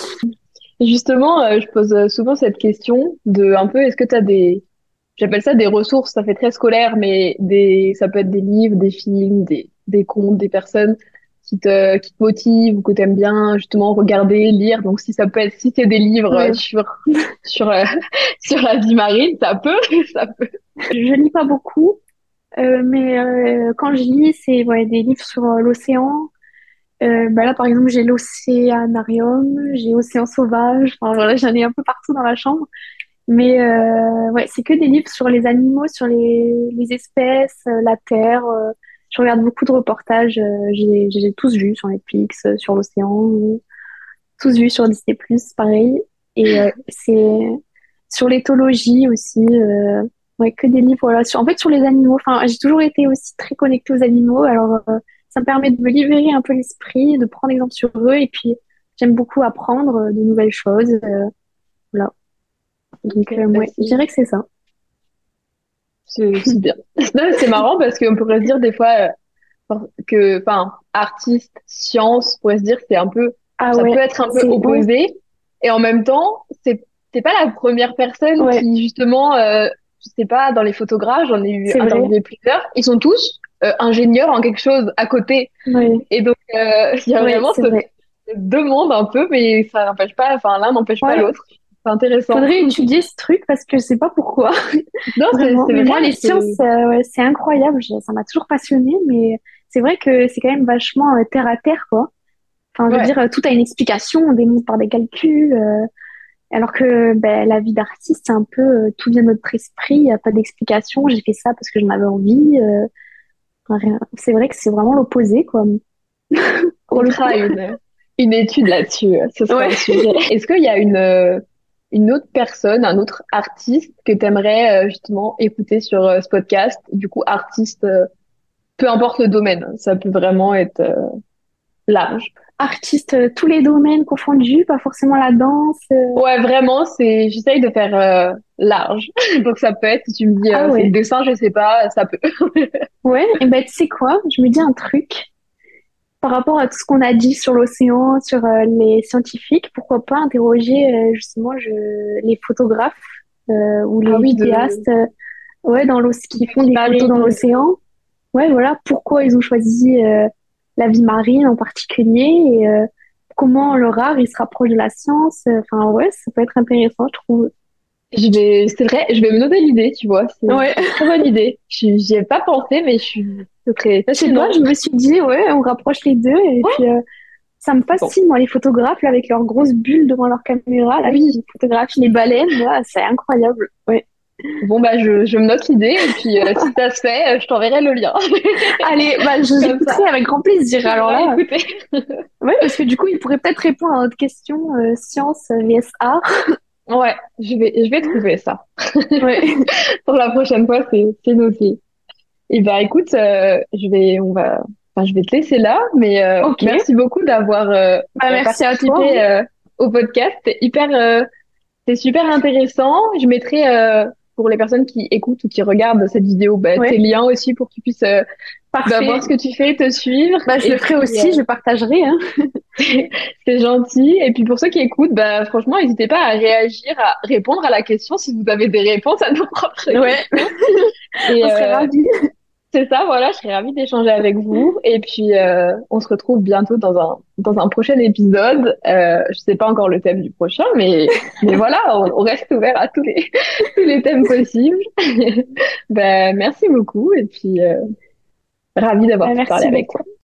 Et justement, euh, je pose euh, souvent cette question de un peu, est-ce que tu as des, j'appelle ça des ressources, ça fait très scolaire, mais des, ça peut être des livres, des films, des, des contes, des personnes qui te, qui te motivent ou que tu aimes bien justement regarder, lire. Donc si ça peut être, si c'est des livres euh, Ouais. sur, sur, euh, sur la vie marine, ça peut, ça peut. Je lis pas beaucoup, euh, mais euh, quand je lis, c'est ouais, des livres sur euh, l'océan. Euh, bah là, par exemple, j'ai l'Océanarium, j'ai Océan Sauvage. Enfin, voilà, j'en ai un peu partout dans la chambre. Mais euh, ouais, c'est que des livres sur les animaux, sur les, les espèces, euh, la Terre. euh. Je regarde beaucoup de reportages. euh, j'ai, j'ai tous vus sur Netflix, euh, sur l'océan, euh, tous vus sur Disney+, pareil. Et ouais, c'est sur l'éthologie aussi. euh, ouais, que des livres, voilà. Sur, en fait, sur les animaux. Enfin, j'ai toujours été aussi très connectée aux animaux. Alors, euh, ça me permet de me libérer un peu l'esprit, de prendre exemple sur eux. Et puis, j'aime beaucoup apprendre euh, de nouvelles choses. euh, voilà. Donc, Ok, euh, bah ouais, je c'est, dirais que c'est ça. c'est c'est bien. Non, c'est marrant parce qu'on pourrait se dire des fois euh, que, enfin, artiste, science, on pourrait se dire que c'est un peu, Ah ça peut ouais, être un peu c'est ouais, opposé. Et en même temps, c'est, c'est pas la première personne ouais, qui, justement, euh, je sais pas, dans les photographes, j'en ai eu c'est vrai. interviewé plusieurs, ils sont tous euh, ingénieurs en quelque chose à côté. Ouais, Et donc, euh, il y a ouais, vraiment c'est ce, vrai. ce deux mondes un peu, mais ça n'empêche pas, enfin, l'un n'empêche pas Ouais, l'autre. C'est intéressant. faudrait étudier ce truc parce que je sais pas pourquoi. Non, c'est, Vraiment. c'est Mais vrai, moi, les sciences, c'est, euh, ouais, c'est incroyable. Je- ça m'a toujours passionnée, mais c'est vrai que c'est quand même vachement euh, terre à terre, quoi. Enfin, je veux ouais. dire, euh, tout a une explication, on démontre par des calculs. euh, alors que ben, la vie d'artiste, c'est un peu euh, tout vient de notre esprit, il n'y a pas d'explication. J'ai fait ça parce que j'en avais envie. euh, rien. C'est vrai que c'est vraiment l'opposé, quoi, pour On le coup. fera une, une étude là-dessus. euh, Ce sera Ouais. un sujet. Est-ce qu'il y a une, euh, une autre personne, un autre artiste que tu aimerais justement écouter sur euh, ce podcast? Du coup, artiste, euh, peu importe le domaine, ça peut vraiment être euh, large. Artiste, euh, tous les domaines confondus, pas forcément la danse. euh. Ouais, vraiment, c'est, j'essaye de faire euh, large. Donc ça peut être, si tu me dis Ah euh, c'est le ouais. dessin, je sais pas, ça peut. Ouais, et ben tu sais quoi? Je me dis un truc. par rapport à tout ce qu'on a dit sur l'océan, sur euh, les scientifiques, pourquoi pas interroger euh, justement je, les photographes euh, ou Ah les oui, de, vidéastes, euh, ouais, dans l'eau, qui de font vie des photos dans marine. l'océan. Ouais, voilà, pourquoi ils ont choisi euh, la vie marine en particulier et euh, comment leur art il se rapproche de la science. Enfin, ouais, ça peut être intéressant, je trouve. Je vais, c'est vrai, je vais me noter l'idée, tu vois. C'est Ouais, c'est une très bonne idée. Je j'y ai pas pensé, mais je suis, ce serait je sais pas, fascinant. je me suis dit, ouais, on rapproche les deux et Oh, puis euh, ça me bon, fascine, moi, les photographes là, avec leurs grosses bulles devant leur caméra, là, oui. qui photographient les baleines, là, c'est incroyable. Ouais. Bon, bah, je, je me note l'idée, et puis, euh, si ça se fait, euh, je t'enverrai le lien. Allez, bah, je Comme l'écouterai ça, avec grand plaisir. tu Alors pourras là, écouter. ouais, parce que du coup, il pourrait peut-être répondre à notre question euh, science vs art. Ouais, je vais, je vais trouver ça. Ouais. Pour la prochaine fois, c'est, c'est noté. Et bah, écoute, euh, je vais, on va, enfin, je vais te laisser là, mais euh, Ok. merci beaucoup d'avoir euh, Bah, bah, merci à toi, hein. participé euh, au podcast. C'est hyper, euh, c'est super intéressant. Je mettrai euh, pour les personnes qui écoutent ou qui regardent cette vidéo, bah, tes Ouais, liens aussi pour que tu puisses euh, bah, voir ce parfait. que tu fais, te suivre. Bah, je Et le ferai puis, aussi, euh, je partagerai, hein. c'est gentil. Et puis pour ceux qui écoutent, bah, franchement, n'hésitez pas à réagir, à répondre à la question si vous avez des réponses à nos propres Ouais, questions. Et on serait euh, ravis. c'est ça, voilà, je serais ravie d'échanger avec vous. Et puis, euh, on se retrouve bientôt dans un, dans un prochain épisode. Euh, je sais pas encore le thème du prochain, mais, mais voilà, on, on reste ouvert à tous les, tous les thèmes possibles. Ben, merci beaucoup. Et puis, euh, ravie d'avoir Bah, pu parler merci avec beaucoup. toi.